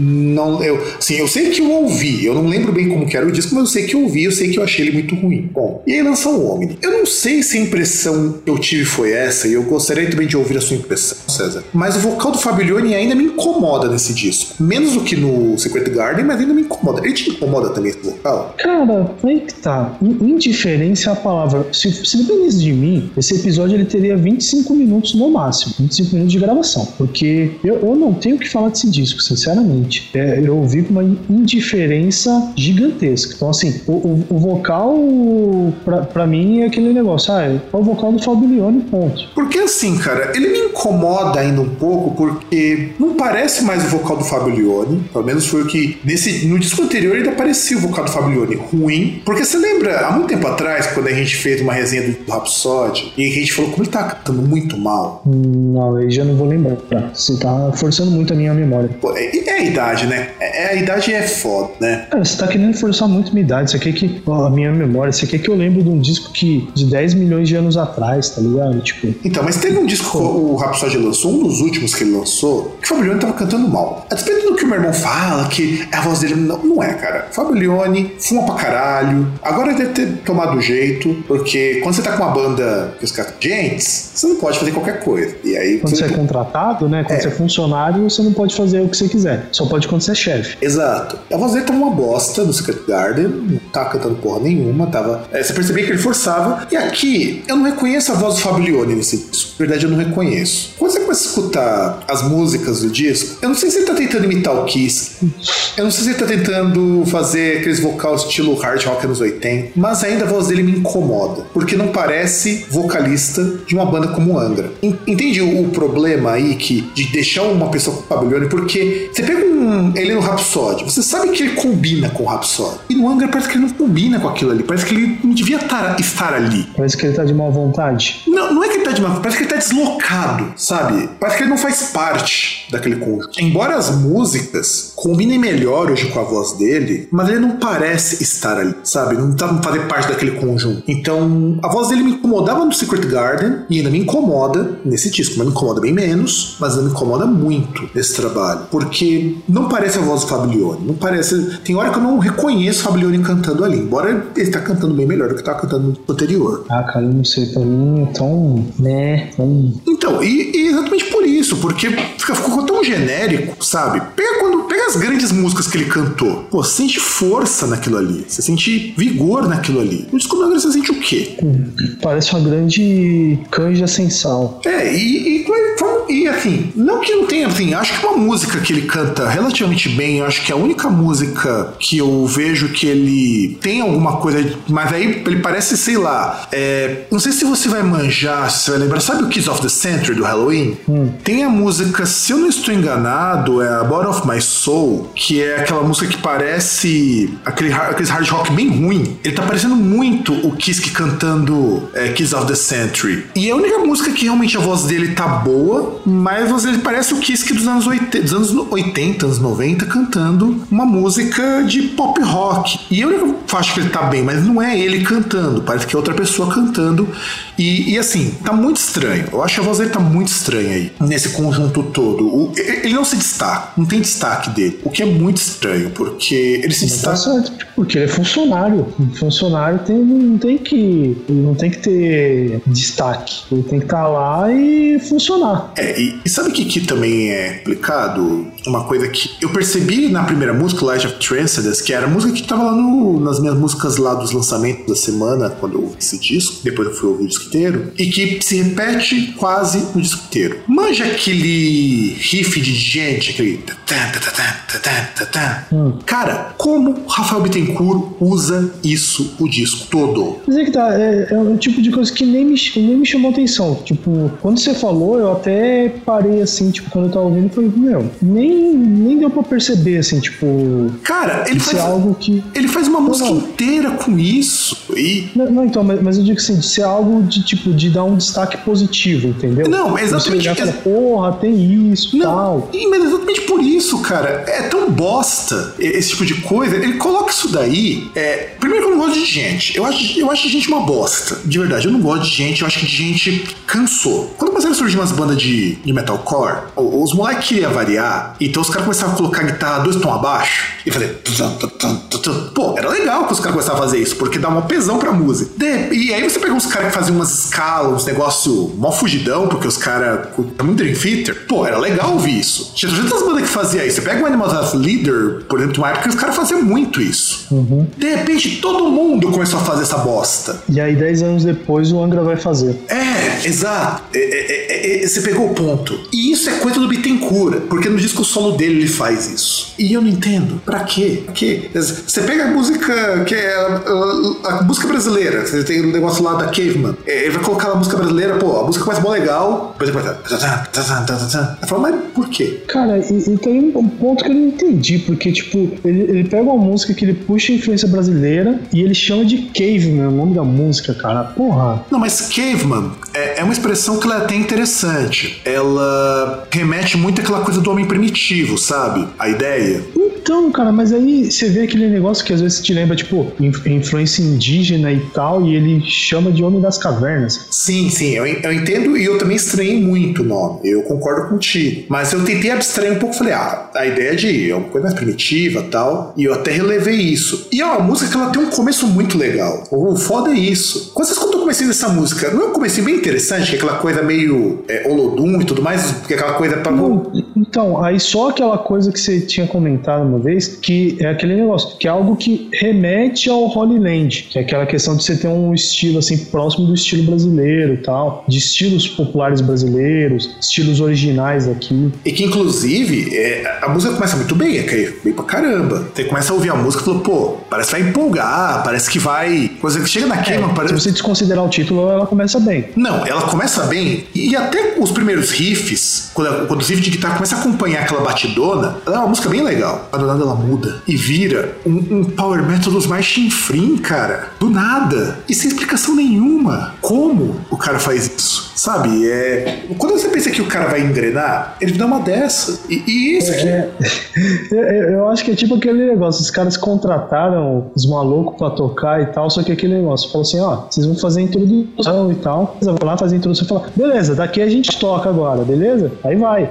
eu sei que eu ouvi, eu não lembro bem como que era o disco, mas eu sei que eu ouvi, eu sei que eu achei ele muito ruim. Bom, e aí lança o Omni. Eu não sei se a impressão que eu tive foi essa, e eu gostaria também de ouvir a sua impressão, César, mas o vocal do Fabiglione ainda me incomoda nesse disco. Menos do que no Secret Garden, mas ainda me incomoda. Ele te incomoda também esse vocal? Cara, aí que tá. Indiferença é a palavra. Se dependesse de mim, esse episódio ele teria 25 minutos no máximo. 25 minutos de gravação. Porque eu não tenho o que falar desse disco, sinceramente. Eu ouvi com uma indiferença gigantesca. Então, assim, o vocal, pra mim, é aquele negócio. É o vocal do Fabiglione, ponto. Porque assim, cara, ele me incomoda ainda um pouco, porque não parece mais o vocal do Fabiglione. Pelo menos foi o que... No disco anterior ainda parecia o vocal do Fabiglione ruim. Porque você lembra, há muito tempo atrás, quando a gente fez uma resenha do Rhapsody, e a gente falou como ele tá cantando muito mal? Não, aí já não vou lembrar. Você tá forçando muito a minha memória. Pô, é a idade, né? A idade é foda, né? Cara, você tá querendo forçar muito a minha idade. Você quer que... a minha memória, você quer que eu lembre de um disco de 10 milhões de anos atrás, tá ligado? Tipo... Então, mas teve um disco que o Rhapsody lançou, um dos últimos que ele lançou, que o Fabiglione tava cantando mal. A despeito do que o meu irmão fala, que a voz dele não é, cara. Fabiglione fuma pra caralho. Agora ele deve ter tomado jeito, porque quando você tá com uma banda que os caras gentes, você não pode fazer qualquer coisa. E aí, quando você é contratado, né? Quando você é funcionário, você não pode fazer o que você quiser. Só pode quando você é chefe. Exato. A voz dele tava uma bosta no Secret Garden, não tava cantando porra nenhuma, tava... você percebia que ele forçava. E aqui, eu não reconheço a voz do Fabiglione nesse disco. Na verdade, eu não reconheço. Quando você começa a escutar as músicas do disco, eu não sei se ele tá tentando imitar o Kiss, eu não sei se ele tá tentando fazer aqueles vocais estilo hard rock anos 80, mas ainda a voz dele me incomoda, porque não parece vocalista de uma banda como Angra. Entende o problema aí de deixar uma pessoa com o Fabiglione? Porque você pega ele no Rhapsody, você sabe que ele combina com o Rhapsody, e no Angra parece que ele não combina com aquilo ali, parece que ele não devia estar ali. Parece que ele tá de má vontade. Não é que ele tá de má vontade, parece que ele tá deslocado, sabe? Parece que ele não faz parte daquele conjunto. Embora as músicas combinem melhor hoje com a voz dele, mas ele não parece estar ali, sabe? Não tá fazer parte daquele conjunto. Então, a voz dele me incomodava no Secret Garden e ainda me incomoda nesse disco, mas me incomoda bem menos, mas ainda me incomoda muito nesse trabalho, porque não parece a voz do Fabiglione, não parece... Tem hora que eu não reconheço o Fabiglione cantando ali, embora ele tá cantando bem melhor do que tava cantando no anterior. Ah, cara, eu não sei, pra mim, então, né? Então, e exatamente por isso, porque ficou tão genérico, sabe? Pega as grandes músicas que ele cantou, pô, você sente força naquilo ali, você sente vigor naquilo ali. No disco Angra você sente o quê? Parece uma grande canja sem sal. E assim, não que não tenha, assim, acho que uma música que ele canta relativamente bem, acho que a única música que eu vejo que ele tem alguma coisa, mas aí ele parece, sei lá, não sei se você vai manjar, se você vai lembrar, sabe o Kiss of the Century do Halloween? Tem a música, se eu não estou enganado, é a Bottle of My Soul, Soul, que é aquela música que parece aqueles hard rock bem ruim. Ele tá parecendo muito o Kiske cantando Kiss of the Century. E é a única música que realmente a voz dele tá boa, mas a voz dele parece o Kiske dos anos 80, anos 90, cantando uma música de pop rock. E eu acho que ele tá bem, mas não é ele cantando, parece que é outra pessoa cantando. E assim, tá muito estranho. Eu acho que a voz dele tá muito estranha aí, nesse conjunto todo. Ele não se destaca, não tem destaque dele, o que é muito estranho, porque ele se destaca... Porque ele é funcionário. Funcionário não tem que ter destaque. Ele tem que estar lá e funcionar. E sabe o que também é complicado? Uma coisa que eu percebi na primeira música, Light of Transcendence, que era a música que tava lá nas minhas músicas lá dos lançamentos da semana, quando eu ouvi esse disco, depois eu fui ouvir o disco inteiro, e que se repete quase no disco inteiro. Manja aquele riff de gente, aquele... Cara, como Rafael Bittencourt usa isso o disco todo? Mas é que tá, é um tipo de coisa que nem me chamou atenção. Tipo, quando você falou, eu até parei assim, tipo, quando eu tava ouvindo, eu falei, meu, nem deu pra perceber, assim, tipo... Cara, ele faz algo que... Ele faz uma música inteira com isso e... Não, então, mas eu digo assim, de ser algo de, tipo, de dar um destaque positivo, entendeu? Não, exatamente. Você olhar e falar, porra, tem isso, tal. Mas exatamente por isso, cara, é tão bosta esse tipo de coisa. Ele coloca isso daí. Primeiro que eu não gosto de gente. Eu acho de gente uma bosta. De verdade, eu não gosto de gente. Eu acho que de gente cansou. Quando começaram a surgir umas bandas de metalcore, os moleques queriam variar, então os caras começaram a colocar a guitarra 2 tons abaixo e fazer... Pô, era legal que os caras começaram a fazer isso, porque dá uma pesão pra música. E aí você pega uns caras que faziam umas escalas, uns negócios mó fugidão, porque os caras... muito Dream Theater. Pô, era legal ouvir isso. Tinha tantas bandas que faziam isso. Você pega o Animals as Leader, por exemplo, de uma época que os caras faziam muito isso. Uhum. De repente, todo mundo começou a fazer essa bosta. E aí, 10 anos depois, o Angra vai fazer. Exato. Você pegou o ponto. E isso é coisa do Bittencourt, porque no disco solo dele ele faz isso. E eu não entendo. Pra quê? Você pega a música que é a música brasileira. Você tem um negócio lá da Caveman. Ele vai colocar a música brasileira, pô, a música começa mó legal. Depois ele vai... Eu falo, mas por quê? Cara, e tem um ponto que eu não entendi, porque, tipo, ele pega uma música que ele puxa a influência brasileira e ele chama de Caveman, o nome da música, cara. Porra. Não, mas Caveman é uma expressão que ela é até interessante. Ela remete muito àquela coisa do homem primitivo, sabe? A ideia. Então, cara, mas aí você vê aquele negócio que às vezes te lembra, tipo, influência indígena e tal, e ele chama de Homem das Cavernas. Sim, eu entendo, e eu também estranhei muito o nome. Eu concordo contigo. Mas eu tentei abstrair um pouco, falei, a ideia de uma coisa mais primitiva e tal, e eu até relevei isso. E é uma música que ela tem um começo muito legal. O foda é isso. Quando vocês contam o comecinho dessa música, não é um comecinho bem interessante, que é aquela coisa meio Olodum e tudo mais, que é aquela coisa pra... Então, aí só aquela coisa que você tinha comentado uma vez, que é aquele negócio, que é algo que remete ao Holy Land, que é aquela questão de você ter um estilo assim próximo do estilo brasileiro e tal, de estilos populares brasileiros, estilos originais aqui. E que inclusive a música começa muito bem, bem pra caramba. Você começa a ouvir a música e fala, pô, parece que vai empolgar, parece que vai... Coisa que chega na queima, parece... Se você desconsiderar o título, ela começa bem. Não, ela começa bem, e até os primeiros riffs, quando os riffs de guitarra começam a acompanhar aquela batidona, ela é uma música bem legal. Do nada ela muda e vira um power metal dos mais chinfrim, cara. Do nada. E sem explicação nenhuma. Como o cara faz isso? Sabe? Quando você pensa que o cara vai engrenar, ele dá uma dessa. E isso aqui... Eu acho que é tipo aquele negócio, os caras contrataram os malucos pra tocar e tal, só que aquele negócio, falou assim, vocês vão fazer introdução e tal, vocês vão lá fazer introdução e falar, beleza, daqui a gente toca agora, beleza? Aí vai.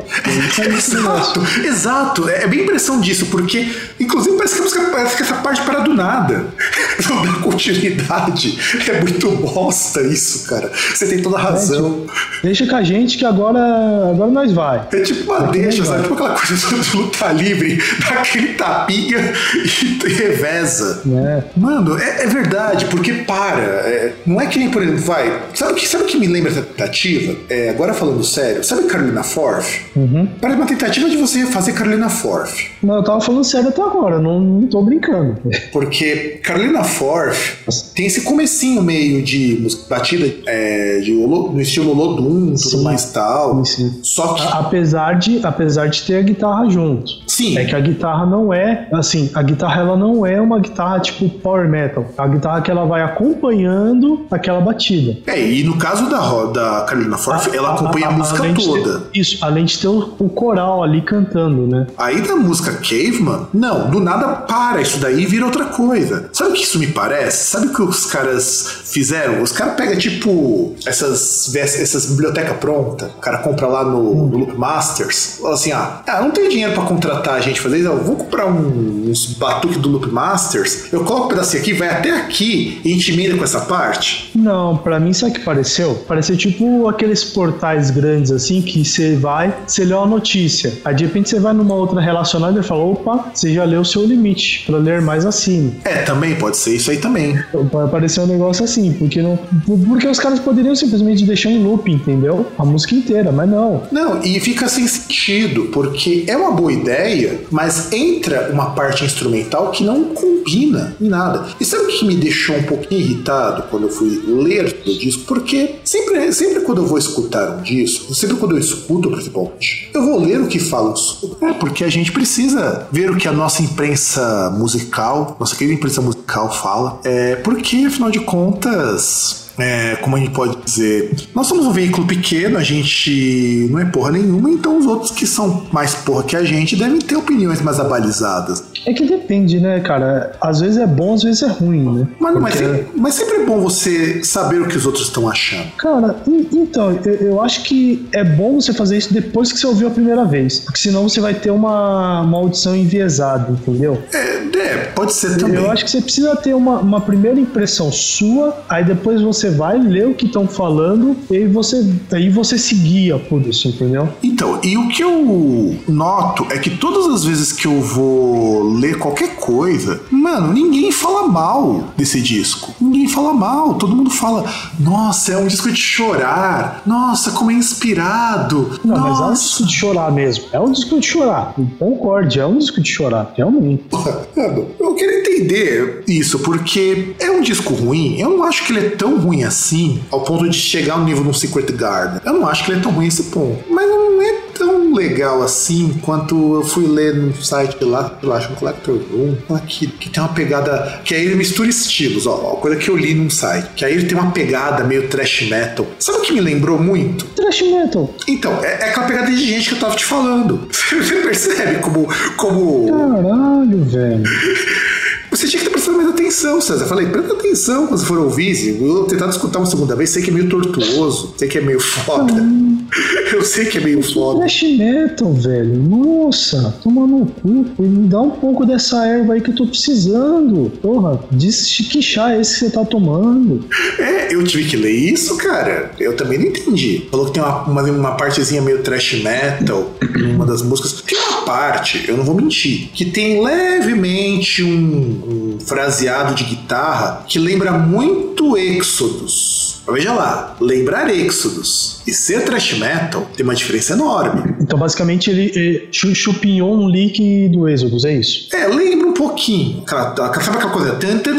Exato. É bem impressão disso, porque inclusive parece que essa parte para do nada. Não dá continuidade. É muito bosta isso, cara. Você tem toda a razão. Deixa com a gente que agora nós vai. É tipo uma deixa, sabe? Tipo aquela coisa de luta livre, dá aquele tapinha e reveza. Mano, é verdade, porque não é que nem, por exemplo, sabe o que me lembra essa tentativa? Agora falando sério, sabe Carolina Forth? Uhum. Parece uma tentativa de você fazer Carolina Forth. Não, eu tava falando sério até agora, não tô brincando. Porque Carolina Forth tem esse comecinho meio de música batida no estilo Olodum, tudo mais tal. Sim. Só que... Apesar de ter a guitarra junto. Sim. É que a guitarra não é, assim, a guitarra ela não é uma guitarra tipo power metal. A guitarra que ela vai acompanhando aquela batida. E no caso da Carolina Forth, ela acompanha a música toda. Isso, além de ter o coral ali cantando, né? Aí da música Caveman, não, do nada para isso daí e vira outra coisa. Sabe o que isso me parece? Sabe o que os caras fizeram? Os caras pegam tipo essas bibliotecas prontas, o cara compra lá no Loop Masters, fala assim, não tenho dinheiro pra contratar a gente fazer isso, eu vou comprar uns batuques do Loop Masters, eu coloco um pedacinho aqui, vai até aqui e a gente mira com essa parte. Não, pra mim sabe o que pareceu? Pareceu tipo aqueles portais grandes assim, que você lê uma notícia, aí de repente você vai numa outra relacionada e fala, opa, você já leu o seu limite, pra ler mais acima. Também pode ser isso aí também. Vai parecer um negócio assim, porque os caras poderiam simplesmente deixar em loop, entendeu? A música inteira, mas não. Não, e fica sem sentido, porque é uma boa ideia, mas entra uma parte instrumental que não combina em nada. E sabe o que me deixou um pouquinho irritado quando eu fui ler o disco? Porque sempre quando eu vou escutar um disco, sempre quando eu escuto principalmente, eu vou ler o que falam sobre. Porque a gente precisa ver o que a nossa imprensa musical, nossa querida imprensa musical fala, porque afinal de contas... como a gente pode dizer, nós somos um veículo pequeno, a gente não é porra nenhuma, então os outros que são mais porra que a gente devem ter opiniões mais abalizadas. É que depende, né, cara? Às vezes é bom, às vezes é ruim, né? Mas sempre é bom você saber o que os outros estão achando. Cara, então, eu acho que é bom você fazer isso depois que você ouviu a primeira vez, porque senão você vai ter uma audição enviesada, entendeu? Pode ser também. Eu acho que você precisa ter uma primeira impressão sua, aí depois você vai ler o que estão falando e aí você se guia por isso, entendeu? Então, e o que eu noto é que todas as vezes que eu vou ler qualquer coisa, mano, ninguém fala mal desse disco. Ninguém fala mal, todo mundo fala, nossa, é um disco de chorar, nossa, como é inspirado. Não, mas é um disco de chorar mesmo. É um disco de chorar. Concorde, é um disco de chorar, realmente. Eu quero entender isso, porque é um disco ruim. Eu não acho que ele é tão ruim assim, ao ponto de chegar no nível de um Secret Garden. Eu não acho que ele é tão ruim a esse ponto. Mas não é tão legal assim quanto eu fui ler no site lá, eu acho, no Collector Room, que tem uma pegada, que aí ele mistura estilos, uma coisa que eu li num site, que aí ele tem uma pegada meio thrash metal. Sabe o que me lembrou muito? Thrash metal. Então, é aquela pegada de gente que eu tava te falando. Você percebe como... Caralho, velho. Você tinha que ter prestado mais atenção, César. Eu falei, presta atenção quando você for ouvir. Eu vou tentar escutar uma segunda vez. Sei que é meio tortuoso, sei que é meio foda. Eu sei que é meio foda. Thrash metal, velho. Nossa, toma no cu. Me dá um pouco dessa erva aí que eu tô precisando. Porra, diz que chá é esse que você tá tomando. Eu tive que ler isso, cara. Eu também não entendi. Falou que tem uma partezinha meio thrash metal numa das músicas. Tem uma parte, eu não vou mentir, que tem levemente um fraseado de guitarra que lembra muito Exodus. Mas veja lá, lembrar Exodus e ser thrash metal tem uma diferença enorme. Então basicamente ele chupinhou um leak do Exodus, é isso? Lembra um pouquinho. Sabe aquela coisa?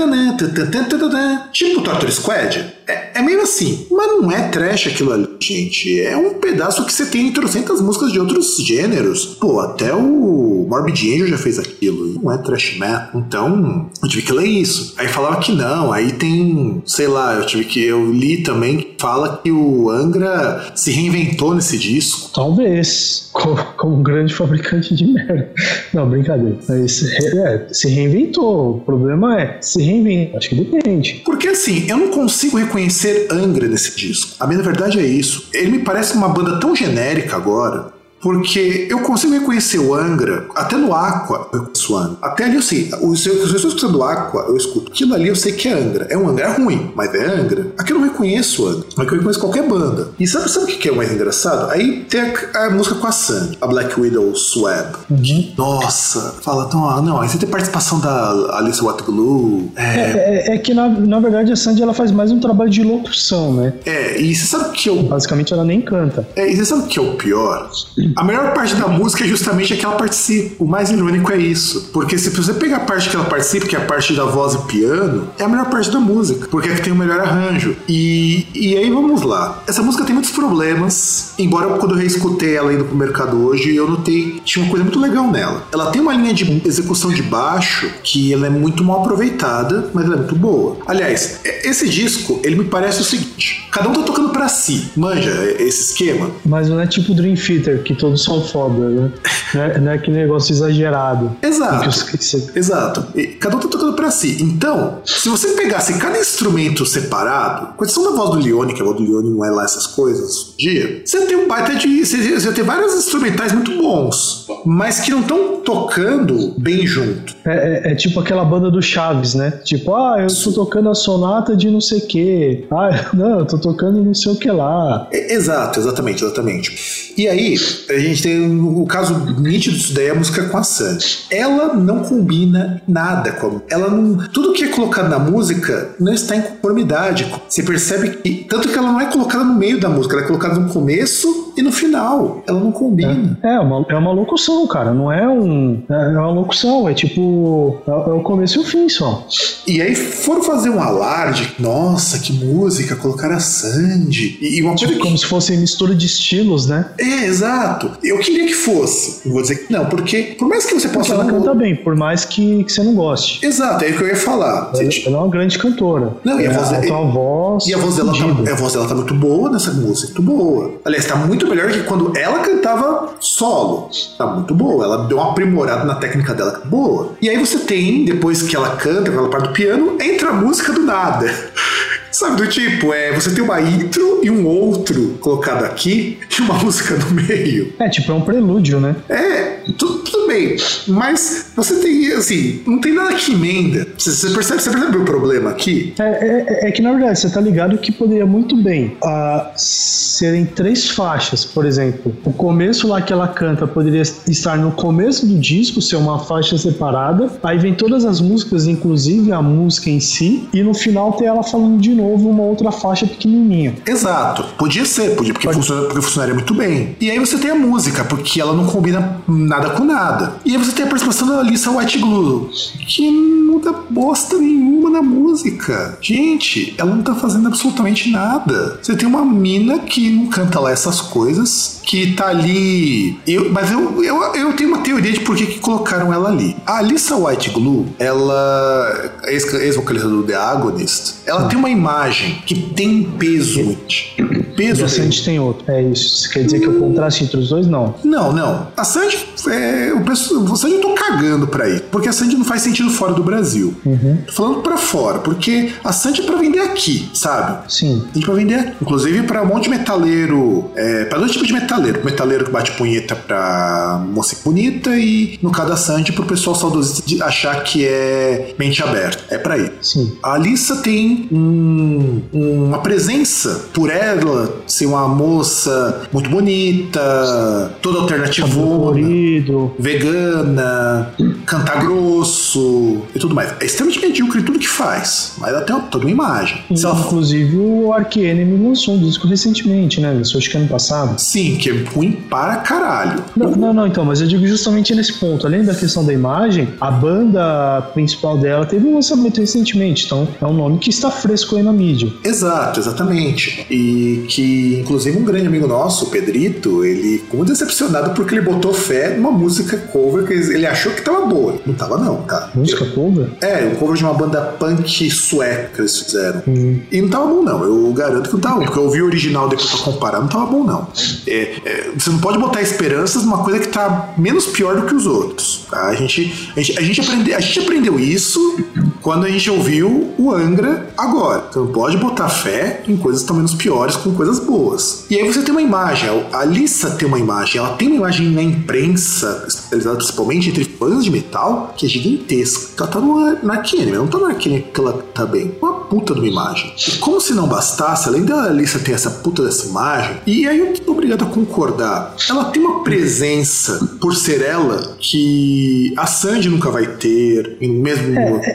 Tipo Torture Squad? É meio assim. Mas não é trash aquilo ali, gente. É um pedaço que você tem em trocentas músicas de outros gêneros. Pô, até o Morbid Angel já fez aquilo. Não é trash metal. Então, eu tive que ler isso. Aí falava que não. Aí tem, sei lá, eu li também que fala que o Angra se reinventou nesse disco. Talvez. Como um grande fabricante de merda. Não, brincadeira. Mas, se reinventou. O problema é se reinventa. Acho que depende. Porque assim, eu não consigo reconhecer Angra nesse disco. A minha verdade é isso. Ele me parece uma banda tão genérica agora. Porque eu consigo reconhecer o Angra, até no Aqua eu conheço o Angra. Até ali eu sei, se eu estou escutando Aqua, eu escuto. Aquilo ali eu sei que é Angra. É um Angra ruim, mas é Angra. Aqui eu não reconheço o Angra, mas eu reconheço qualquer banda. E sabe o que é o mais engraçado? Aí tem a música com a Sandy, a Black Widow Swab. Nossa, fala, não, aí você tem participação da Alice What Glue. É que na verdade a Sandy ela faz mais um trabalho de locução, né? E você sabe que basicamente ela nem canta. E você sabe o que é o pior? A melhor parte da música é justamente a que ela participa. O mais irônico é isso. Porque se você pegar a parte que ela participa, que é a parte da voz e piano, é a melhor parte da música. Porque é que tem o melhor arranjo. E aí vamos lá. Essa música tem muitos problemas. Embora quando eu reescutei ela indo pro mercado hoje, eu notei que tinha uma coisa muito legal nela. Ela tem uma linha de execução de baixo que ela é muito mal aproveitada, mas ela é muito boa. Aliás, esse disco, ele me parece o seguinte: cada um tá tocando pra si. Manja esse esquema? Mas não é tipo Dream Theater, que todos são foda, né? Não é aquele negócio exagerado. Exato. Exato. E cada um tá tocando pra si. Então, se você pegasse cada instrumento separado, com exceção da voz do Leone, que a voz do Leone não é lá essas coisas, dia, você tem um baita de... Você tem vários instrumentais muito bons, mas que não estão tocando bem junto. É tipo aquela banda do Chaves, né? Tipo, eu tô tocando a sonata de não sei o quê. Não, eu tô tocando não sei o que lá. Exatamente. E aí, a gente tem o caso nítido disso daí, a música com a Sandy. Ela não combina nada com ela. Tudo que é colocado na música não está em conformidade. Você percebe que, tanto que ela não é colocada no meio da música, ela é colocada no começo e no final. Ela não combina. É uma locução, cara. Não é uma locução. É tipo, é o começo e o fim só. E aí foram fazer um alarde. Nossa, que música, colocar a Sandy. E uma coisa como se fosse mistura de estilos, né? Exato. Eu queria que fosse. Não vou dizer que não, porque por mais que você possa... Ela canta bem, por mais que você não goste. Exato, é o que eu ia falar. Ela é uma grande cantora. Não, e a voz dela tá muito boa nessa música, muito boa. Aliás, tá muito melhor que quando ela cantava solo. Tá muito boa. Ela deu uma aprimorada na técnica dela, boa. E aí você tem, depois que ela canta, quando ela parte do piano, entra a música do nada. Sabe, do tipo, você tem uma intro e um outro colocado aqui e uma música no meio. É um prelúdio, né? Tudo bem. Mas você tem, assim, não tem nada que emenda. Você percebe o problema aqui? É que, na verdade, você tá ligado que poderia muito bem serem 3 faixas, por exemplo. O começo lá que ela canta poderia estar no começo do disco, ser uma faixa separada. Aí vem todas as músicas, inclusive a música em si. E no final ter ela falando de novo uma outra faixa pequenininha. Exato. Podia, porque funcionaria muito bem. E aí você tem a música, porque ela não combina nada com nada. E aí você tem a participação da Alyssa White Glue, que não muda bosta nenhuma na música. Gente, ela não tá fazendo absolutamente nada. Você tem uma mina que não canta lá essas coisas, que tá ali... Mas eu tenho uma teoria de por que colocaram ela ali. A Alyssa White Glue, ela... ex-vocalista do The Agonist, ela tem uma imagem que tem peso. E a Sandy tem outro. É isso. Isso quer dizer que o contraste entre os dois, não? Não. A Sandy, o Sandy eu tô cagando pra ir, porque a Sandy não faz sentido fora do Brasil. Tô falando pra fora, porque a Sandy é pra vender aqui, sabe? Sim. A gente vai vender aqui. Inclusive pra um monte de metaleiro, pra dois tipos de metaleiro. Pro metaleiro que bate punheta pra moça bonita e, no caso da Sandy, pro pessoal saudosista de achar que é mente aberta. É pra ir. Sim. A Alyssa tem uma presença por ela ser uma moça muito bonita, toda alternativona, vegana, cantar grosso e tudo mais. É extremamente medíocre em tudo que faz, mas ela tem toda uma imagem. Inclusive o Arch Enemy lançou um disco recentemente, né? Lançou acho que ano passado. Sim, que é ruim para caralho. Não, então, mas eu digo justamente nesse ponto. Além da questão da imagem, a banda principal dela teve um lançamento recentemente, então é um nome que está fresco aí na mídia. Exatamente. E que, inclusive, um grande amigo nosso, o Pedrito, ele ficou muito decepcionado porque ele botou fé numa música cover que ele achou que tava boa. Não tava não, cara. Música cover? Um cover de uma banda punk sueca que eles fizeram. E não tava bom não, eu garanto que não tava bom, porque eu ouvi o original depois pra comparar, não tava bom não. Você não pode botar esperanças numa coisa que tá menos pior do que os outros. Tá? A gente aprendeu isso quando a gente ouviu o Angra agora. Você não pode botar fé em coisas que estão menos piores com coisas boas. E aí você tem uma imagem, a Alyssa tem uma imagem, ela tem uma imagem na imprensa, especializada principalmente entre fãs de metal, que é gigantesca. Ela tá no Arch Enemy, ela não tá no Arch Enemy que ela tá bem. Uma puta de uma imagem. E como se não bastasse, além da Alissa ter essa puta dessa imagem, e aí eu tô obrigado a concordar, ela tem uma presença, por ser ela, que a Sandy nunca vai ter, mesmo...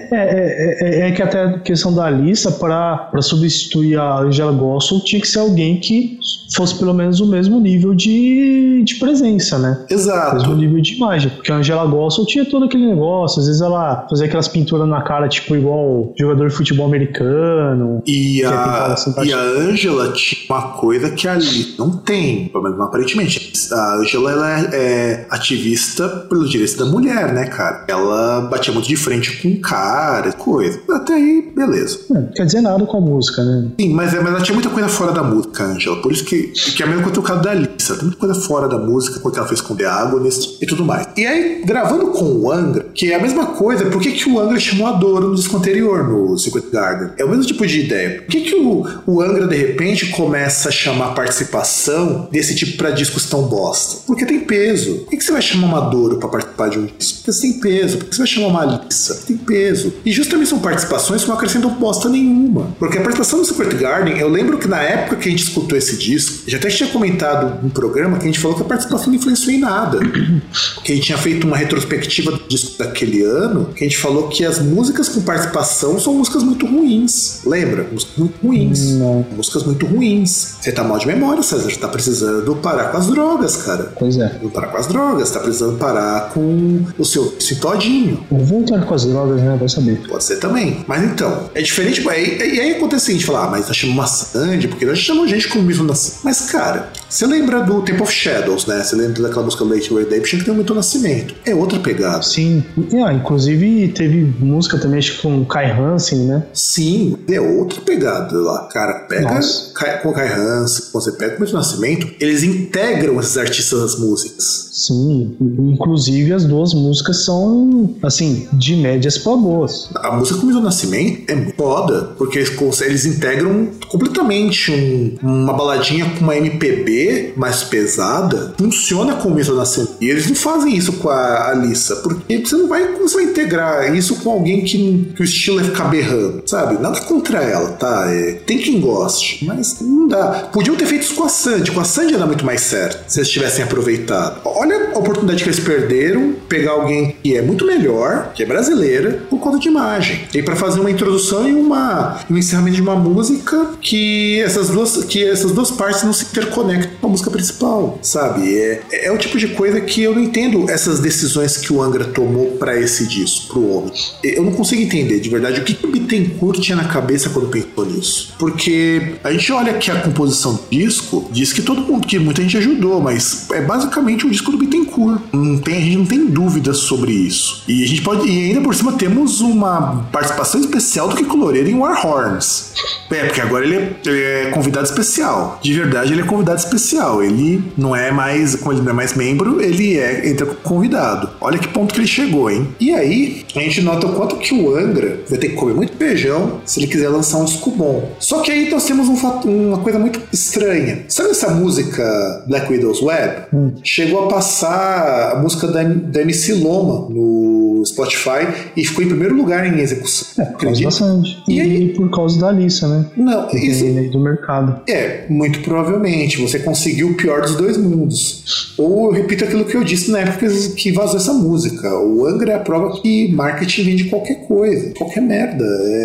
É que até a questão da Alissa, pra substituir a Angela Gossow, tinha que ser alguém que fosse pelo menos o mesmo nível de presença, né? Exato. O mesmo nível de imagem. Porque a Angela Gossow tinha todo aquele negócio, às vezes ela fazia aquelas pinturas na cara, tipo, igual jogador de futebol americano. E a Angela tinha uma coisa que a Alissa não tem, pelo menos aparentemente. A Angela, ela é ativista pelos direitos da mulher, né, cara? Ela batia muito de frente com o cara, coisa. Até aí, beleza. Não quer dizer nada com a música, né? Sim, mas ela tinha muita coisa fora da música, Angela. Por isso que é a mesma coisa que o caso da Alissa. Tem muita coisa fora da música, porque ela fez com The Agonist e tudo mais. E aí, gravando com o Angra, que é a mesma coisa, por que o Angra chamou a Doro no disco anterior, no Secret Garden? É o mesmo tipo de ideia. Por que o Angra, de repente, começa a chamar participação desse tipo pra discos tão bosta? Porque tem peso. Por que você vai chamar uma Doro pra participar de um disco? Porque você tem peso. Por que você vai chamar uma Alissa? Tem peso. E justamente são participações que não acrescentam bosta nenhuma. Porque a participação do Secret Garden, eu lembro que na época que a gente escutou esse disco, já até tinha comentado no programa que a gente falou que a participação não influenciou em nada. Que a gente tinha feito uma retrospectiva do disco daquele ano, que a gente falou que as músicas com participação são músicas muito ruins. Lembra? Músicas muito ruins. Não. Músicas muito ruins. Você tá mal de memória, César. Você tá precisando parar com as drogas, cara. Pois é. Parar com as drogas. Você tá precisando parar com o seu todinho. Ou voltar com as drogas, né? Vai saber. Pode ser também. Mas então, é diferente. E aí acontece o seguinte, falar, mas nós chamamos uma Sandy, porque nós chamamos gente com o mesmo nascimento. Mas, cara, você lembra do Temple of Shadows, né? Você lembra daquela música Late Redemption que tem o Milton Nascimento. É outra pegada. Sim. Inclusive teve música também, acho que com o Kai Hansen, né? Sim, é outra pegada lá. Cara, pega com o Kai Hansen, você pega o Milton Nascimento, eles integram esses artistas nas músicas. Sim, inclusive as duas músicas são, assim, de médias pra boas. A música com o Milton Nascimento é muito foda, porque eles integram completamente uma baladinha com uma MPB mais pesada, funciona com o Milton Nascimento. E eles não fazem isso com a Alissa, porque você não vai integrar isso com alguém que o estilo é ficar berrando, sabe? Nada contra ela, tá? Tem quem goste, mas não dá. Podiam ter feito isso com a Sandy ia dar muito mais certo, se eles tivessem aproveitado. Olha a oportunidade que eles perderam, pegar alguém que é muito melhor, que é brasileira, por conta de imagem. E para fazer uma introdução e um encerramento de uma música que essas duas partes não se interconectam com a música principal, sabe? É o tipo de coisa que eu não entendo essas decisões que o Angra tomou para esse disco, pro homem. Eu não consigo entender, de verdade, o que o Bittencourt tinha na cabeça quando pensou nisso. Porque a gente olha que a composição do disco diz que que muita gente ajudou, mas é basicamente um disco do Bittencourt. A gente não tem dúvidas sobre isso. E a gente e ainda por cima temos uma participação especial do Kiko Loureiro em War Horns. Porque agora ele é convidado especial. De verdade, ele é convidado especial. Ele não é mais, como ele não é mais membro, ele entra como convidado. Olha que ponto que ele chegou, hein? E aí, a gente nota o quanto que o Angra vai ter que comer muito feijão se ele quiser lançar um disco bom. Só que aí nós temos uma coisa muito estranha. Sabe essa música Black Widow's Web? Chegou a passar a música da MC Loma no Spotify e ficou em primeiro lugar em execução. Por causa da Sandy. E por causa da Alissa, né? Não, isso do mercado. Muito provavelmente. Você conseguiu o pior dos dois mundos. Ou eu repito aquilo que eu disse na época que vazou essa música. O Angra é a prova que marketing vende qualquer coisa, qualquer merda.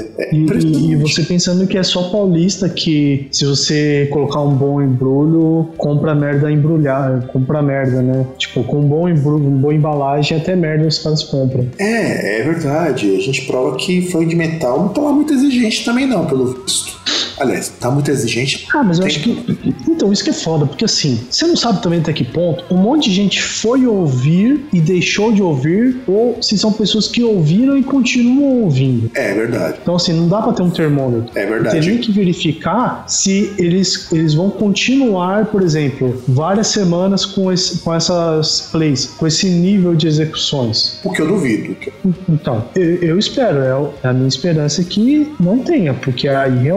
E você pensando que é só paulista que, se você colocar um bom embrulho, compra merda embrulhada, compra merda, né? Tipo, com um bom embrulho, uma boa embalagem, até merda os caras compram. É verdade. A gente prova que funk de metal não tá lá muito exigente também não, pelo visto. Aliás, tá muito exigente. Mas eu acho que... Então, isso que é foda, porque assim, você não sabe também até que ponto um monte de gente foi ouvir e deixou de ouvir, ou se são pessoas que ouviram e continuam ouvindo. É verdade. Então, assim, não dá pra ter um termômetro. É verdade. Tem nem que verificar se eles vão continuar, por exemplo, várias semanas com essas plays, com esse nível de execuções. O que eu duvido. Então, eu espero, a minha esperança é que não tenha, porque aí realmente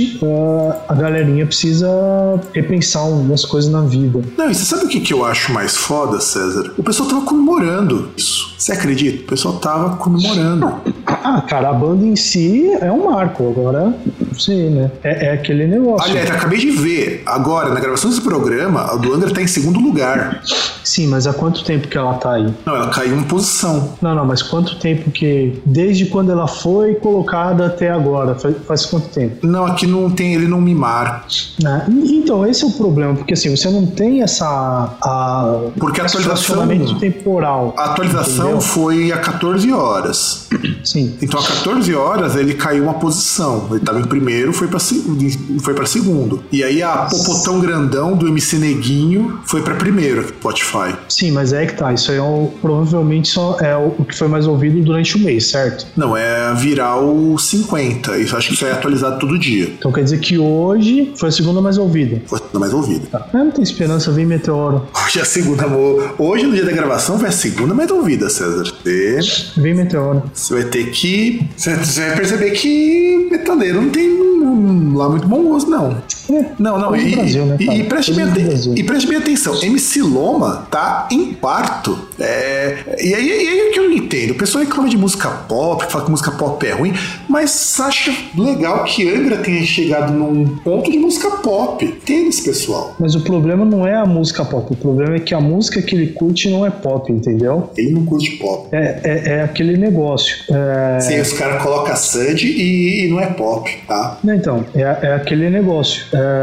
realmente a galerinha precisa repensar algumas coisas na vida. Não, e você sabe o que eu acho mais foda, César? O pessoal tava comemorando isso. Você acredita? O pessoal tava comemorando. Cara, a banda em si é um marco. Agora, não sei, né? É aquele negócio. Aliás, acabei de ver. Agora, na gravação desse programa, a do Angra tá em segundo lugar. Sim, mas há quanto tempo que ela tá aí? Não, ela caiu uma posição. Não, mas quanto tempo que... Desde quando ela foi colocada até agora? Faz quanto tempo? Não, aqui não tem, ele não me marca. Então, esse é o problema, porque assim, você não tem porque a atualização temporal. A atualização, entendeu? Foi a 14 horas. Sim. Então, a 14 horas, ele caiu uma posição. Ele estava em primeiro, foi para segundo. E aí, a popotão grandão do MC Neguinho foi para primeiro aqui no Spotify. Sim, mas é que tá. Isso aí provavelmente só é o que foi mais ouvido durante o mês, certo? Não, é virar o 50. Isso, acho que isso é atualizado todo dia. Então quer dizer que hoje foi a segunda mais ouvida. Foi a segunda mais ouvida. Tá. Não tem esperança, vem Meteoro. Hoje é a segunda, amor. Hoje, no dia da gravação, foi a segunda mais ouvida, César. Vem Meteoro. Você vai ter que... Você vai perceber que metaleiro não tem lá muito bom gosto, não. Não. E, Brasil, né, e preste bem atenção. MC Loma tá em quarto. E aí que eu não entendo. O pessoal reclama de música pop, fala que música pop é ruim, mas acha legal que Angra tenha chegado num ponto de música pop. Tem esse pessoal. Mas o problema não é a música pop. O problema é que a música que ele curte não é pop, entendeu? Ele não curte pop. É aquele negócio. Sim, os caras colocam a Sud e não é pop, tá? Não, então, é aquele negócio.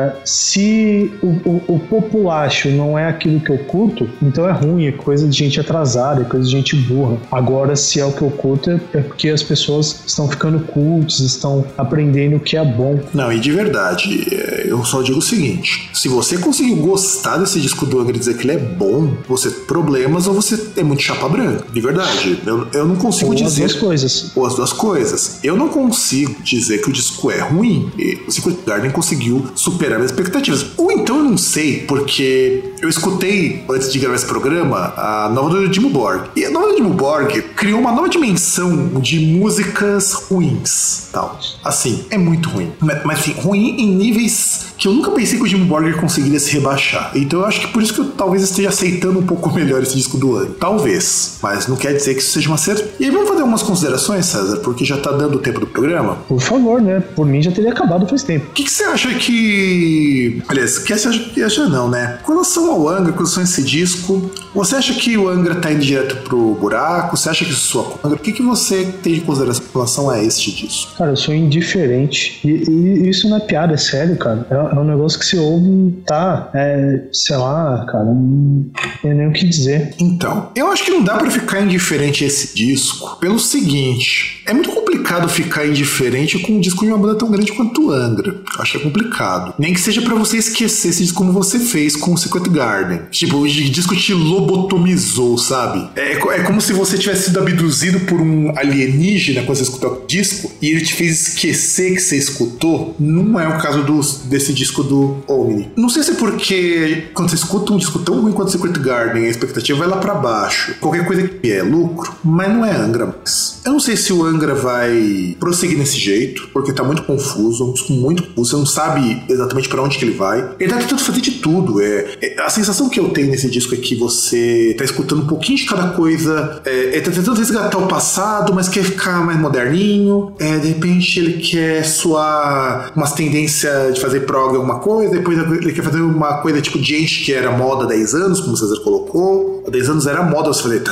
Se o populacho não é aquilo que eu curto, então é ruim, é coisa de gente atrasada, é coisa de gente burra. Agora, se é o que eu curto, é porque as pessoas estão ficando cultas, estão aprendendo o que é bom. Não, e de verdade, eu só digo o seguinte: se você conseguiu gostar desse disco do Angra e dizer que ele é bom, você tem problemas ou você é muito chapa branca. De verdade, eu não consigo dizer... Ou as duas coisas. Ou as duas coisas. Eu não consigo dizer que o disco é ruim e o Secret Garden conseguiu superar minhas expectativas. Ou então eu não sei, porque eu escutei, antes de gravar esse programa, a nova do Dimmu Borgir. E a nova do Dimmu Borgir criou uma nova dimensão de músicas ruins. Tal. Assim, é muito ruim. Mas assim, ruim em níveis que eu nunca pensei que o Dimmu Borgir conseguiria se rebaixar. Então eu acho que por isso que eu talvez esteja aceitando um pouco melhor esse disco do ano. Talvez. Mas não quer dizer que isso seja uma certeza. E aí vamos fazer umas considerações, César, porque já tá dando o tempo do programa. Por favor, né? Por mim já teria acabado faz tempo. O que você acha que... Aliás, o que você acha não, né? Com relação ao Angra, com relação a esse disco, você acha que o Angra tá indo direto pro buraco? Você acha que isso soa com o Angra? O que você tem de consideração com relação a este disco? Cara, eu sou indiferente. E isso não é piada, é sério, cara. É um negócio que se ouve, tá? Sei lá, cara, não tem nem o que dizer. Então, eu acho que não dá pra ficar indiferente a esse disco pelo seguinte: é muito complicado ficar indiferente com um disco de uma banda tão grande quanto o Angra. Acho que é complicado. Nem que seja pra você esquecer esse disco como você fez com o Secret Garden. Tipo, o disco te lobotomizou, sabe? É como se você tivesse sido abduzido por um alienígena quando você escutou o disco e ele te fez esquecer que você escutou. Não é o caso desse disco do Omni. Não sei se é porque quando você escuta um disco tão ruim quanto o Secret Garden, a expectativa vai lá pra baixo. Qualquer coisa que é lucro, mas não é Angra mais. Eu não sei se o Angra vai prosseguir nesse jeito, porque tá muito confuso, um disco muito confuso, você não sabe exatamente pra onde que ele vai. Ele tá tentando fazer de tudo. A sensação que eu tenho nesse disco é que você tá escutando um pouquinho de cada coisa, tá tentando resgatar o passado, mas quer ficar mais moderninho, de repente ele quer suar umas tendências de fazer prog alguma coisa, depois ele quer fazer uma coisa tipo de gente que era moda há 10 anos, como o César colocou. Há 10 anos era moda você fazer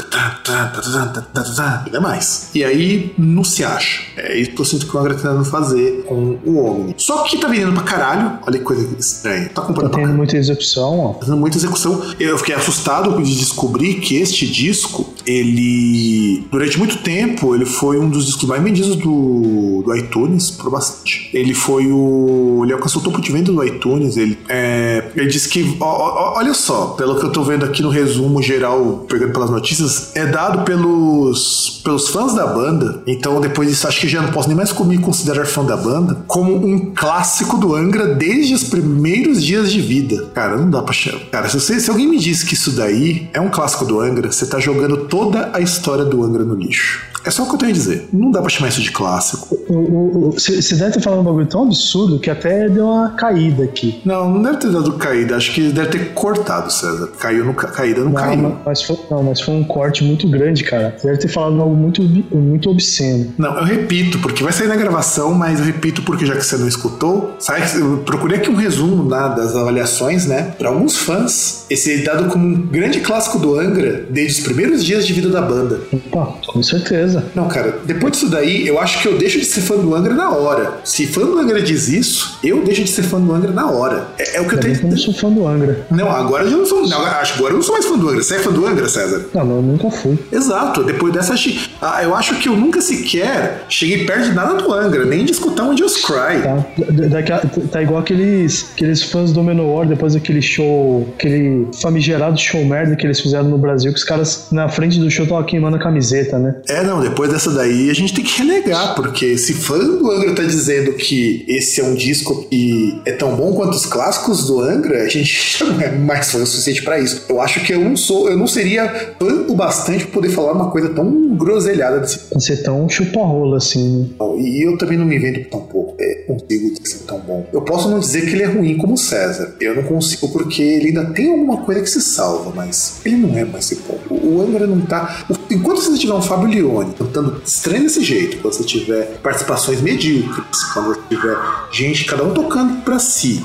não é mais. E aí não se acha. É isso que eu sinto que o Angra tá tentando fazer com o Omni. Só que tá vendendo pra caralho. Olha que coisa estranha. Tá comprando pra caralho. Muita execução, ó. Tá tendo muita execução. Eu fiquei assustado de descobrir que este disco, ele, durante muito tempo, ele foi um dos discos mais vendidos do iTunes, por bastante. Ele alcançou o topo de venda do iTunes. Ele disse que, olha só, pelo que eu tô vendo aqui no resumo geral, pegando pelas notícias, é dado pelos fãs da banda. Então depois disso acho que já não posso nem mais me considerar fã da banda, como um clássico do Angra desde os primeiros dias de vida. Cara, não dá pra chamar. Cara, se alguém me disse que isso daí é um clássico do Angra, você tá jogando toda a história do Angra no lixo. É só o que eu tenho a dizer. Não dá pra chamar isso de clássico. Você deve ter falado um bagulho tão absurdo que até deu uma caída aqui. Não deve ter dado caída. Acho que deve ter cortado, César. Caída não caiu. Mas foi um corte muito grande, cara. Você deve ter falado algo muito obsceno. Não, eu repito, porque vai sair na gravação, mas eu repito porque já que você não escutou, eu procurei aqui um resumo das avaliações, né? Para alguns fãs, esse é dado como um grande clássico do Angra desde os primeiros dias de vida da banda. Opa, com certeza. Não, cara, depois disso daí, eu acho que eu deixo de ser fã do Angra na hora. Se fã do Angra diz isso, eu deixo de ser fã do Angra na hora. É o que eu tenho. Eu não sou fã do Angra. Não, agora eu não sou. Não, acho que agora eu não sou mais fã do Angra. Você é fã do Angra, César? Não, eu nunca fui. Exato. Depois dessa, eu acho que eu nunca sequer cheguei perto de nada do Angra, nem de escutar um Angels Cry. Tá igual aqueles fãs do Manowar, depois daquele show, aquele famigerado show merda que eles fizeram no Brasil, que os caras na frente do show estavam queimando a camiseta, né? Não, depois dessa daí a gente tem que relegar, porque se fã do Angra tá dizendo que esse é um disco que é tão bom quanto os clássicos do Angra, a gente já não é mais fã o suficiente pra isso. Eu acho que eu não seria fã o bastante pra poder falar uma coisa tão groselhada desse. Ser tão chupa-rola assim. E eu também não me vendo tão pouco. Consigo ser tão bom. Eu posso não dizer que ele é ruim como o César. Eu não consigo porque ele ainda tem alguma coisa que se salva, mas ele não é mais esse bom. O Angra não tá. Enquanto você tiver um Fábio Lione cantando estranho desse jeito, quando você tiver participações medíocres, quando você tiver gente, cada um tocando pra si,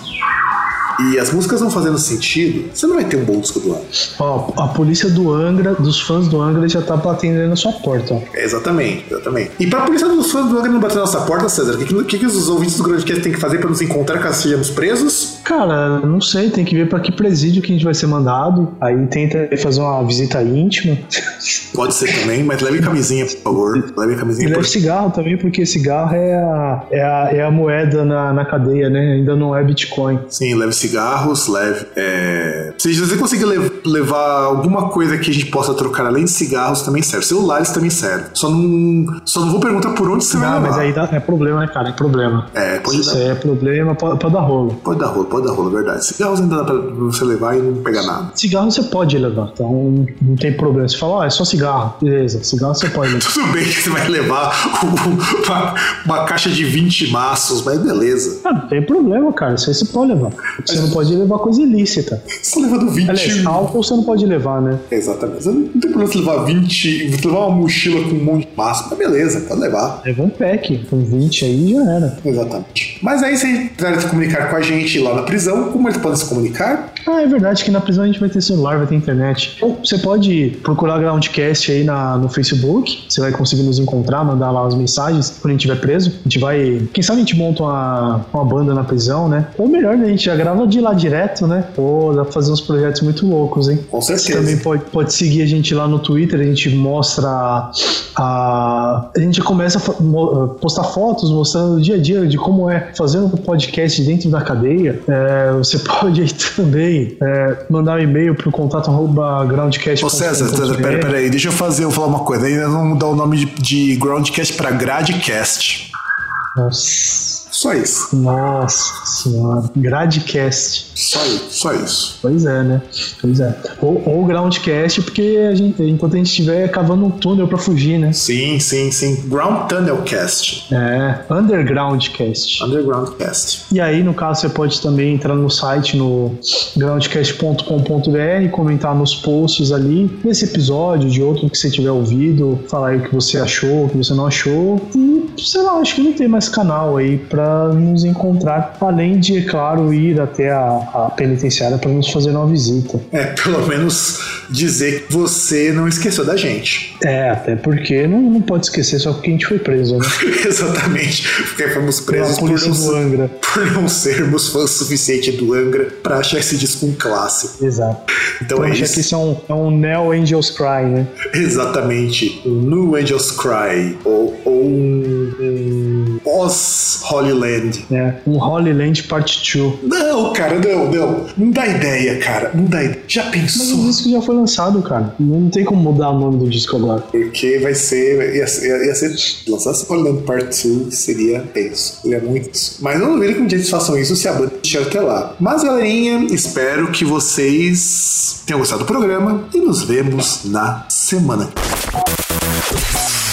e as músicas não fazendo sentido, você não vai ter um bom disco do Angra. Ó, a polícia do Angra, dos fãs do Angra, já tá batendo na sua porta, ó. Exatamente. E pra polícia dos fãs do Angra não bater na nossa porta, César, o que os ouvintes do Groundcast têm que fazer pra nos encontrar caso sejamos presos? Cara, não sei, tem que ver pra que presídio que a gente vai ser mandado. Aí tenta fazer uma visita íntima. Pode ser também, mas leve camisinha, por favor. Leve camisinha. E leve cigarro também, porque cigarro é a moeda na cadeia, né? Ainda não é Bitcoin. Sim, leve cigarros, leve. Se você conseguir levar alguma coisa que a gente possa trocar além de cigarros, também serve. Celulares também serve. Só não vou perguntar por onde você vai levar. Mas aí é problema, né, cara? É problema. Pode dar. Isso aí é problema, pode dar rolo. Pode dar rolo, verdade. Cigarros ainda dá pra você levar e não pegar nada. Cigarro você pode levar, então não tem problema. Você fala, é só cigarro. Beleza, cigarro você pode levar. Tudo bem que você vai levar uma caixa de 20 maços, mas beleza. Não tem problema, cara. Isso aí você pode levar. Você não pode levar coisa ilícita. Você tá levando 20... Aliás, álcool você não pode levar, né? Exatamente. Não tem problema você levar 20... Você levar uma mochila com um monte de maço. Mas beleza, pode levar. Leva um pack. Com 20 aí já era. Exatamente. Mas aí, se quiserem se comunicar com a gente lá na prisão, como eles podem se comunicar? É verdade que na prisão a gente vai ter celular, vai ter internet. Ou você pode procurar Groundcast aí no Facebook. Você vai conseguir nos encontrar, mandar lá as mensagens quando a gente estiver preso. A gente vai... Quem sabe a gente monta uma banda na prisão, né? Ou melhor, a gente já grava de lá direto, né? Pô, dá pra fazer uns projetos muito loucos, hein? Com certeza. Você também pode seguir a gente lá no Twitter, a gente mostra a gente começa a postar fotos mostrando o dia a dia de como é fazer um podcast dentro da cadeia. Você pode aí também mandar um e-mail pro contato@groundcast. Ô César, peraí, deixa eu falar uma coisa. Ainda vamos mudar o nome de Groundcast pra Gradcast. Nossa. Só isso. Nossa senhora. Gradcast. Só isso. Pois é, né? Pois é. Ou Groundcast, porque enquanto a gente estiver cavando um túnel pra fugir, né? Sim. Ground Tunnelcast. Undergroundcast. Undergroundcast. E aí, no caso, você pode também entrar no site, no groundcast.com.br, comentar nos posts ali, desse episódio, de outro que você tiver ouvido, falar aí o que você achou, o que você não achou. E, sei lá, acho que não tem mais canal aí pra nos encontrar, além de, é claro, ir até a penitenciária para nos fazer uma visita. Pelo menos dizer que você não esqueceu da gente. Até porque não pode esquecer só porque a gente foi preso, né? Exatamente, porque fomos presos por não sermos fãs suficiente do Angra pra achar esse disco um clássico. Exato. Então achar que isso é um Neo Angels Cry, né? Exatamente. Um New Angels Cry ou um Holy Land. Um Holy Land Part 2. Não, cara, não. Não dá ideia, cara. Não dá ideia. Já pensou? Mas o disco já foi lançado, cara. Não tem como mudar o nome do disco agora. Porque ia ser lançasse Holy Land Part 2 seria tenso. Seria muito isso. Mas não duvido que um dia eles façam isso se a banda deixar até lá. Mas, galerinha, espero que vocês tenham gostado do programa e nos vemos na semana.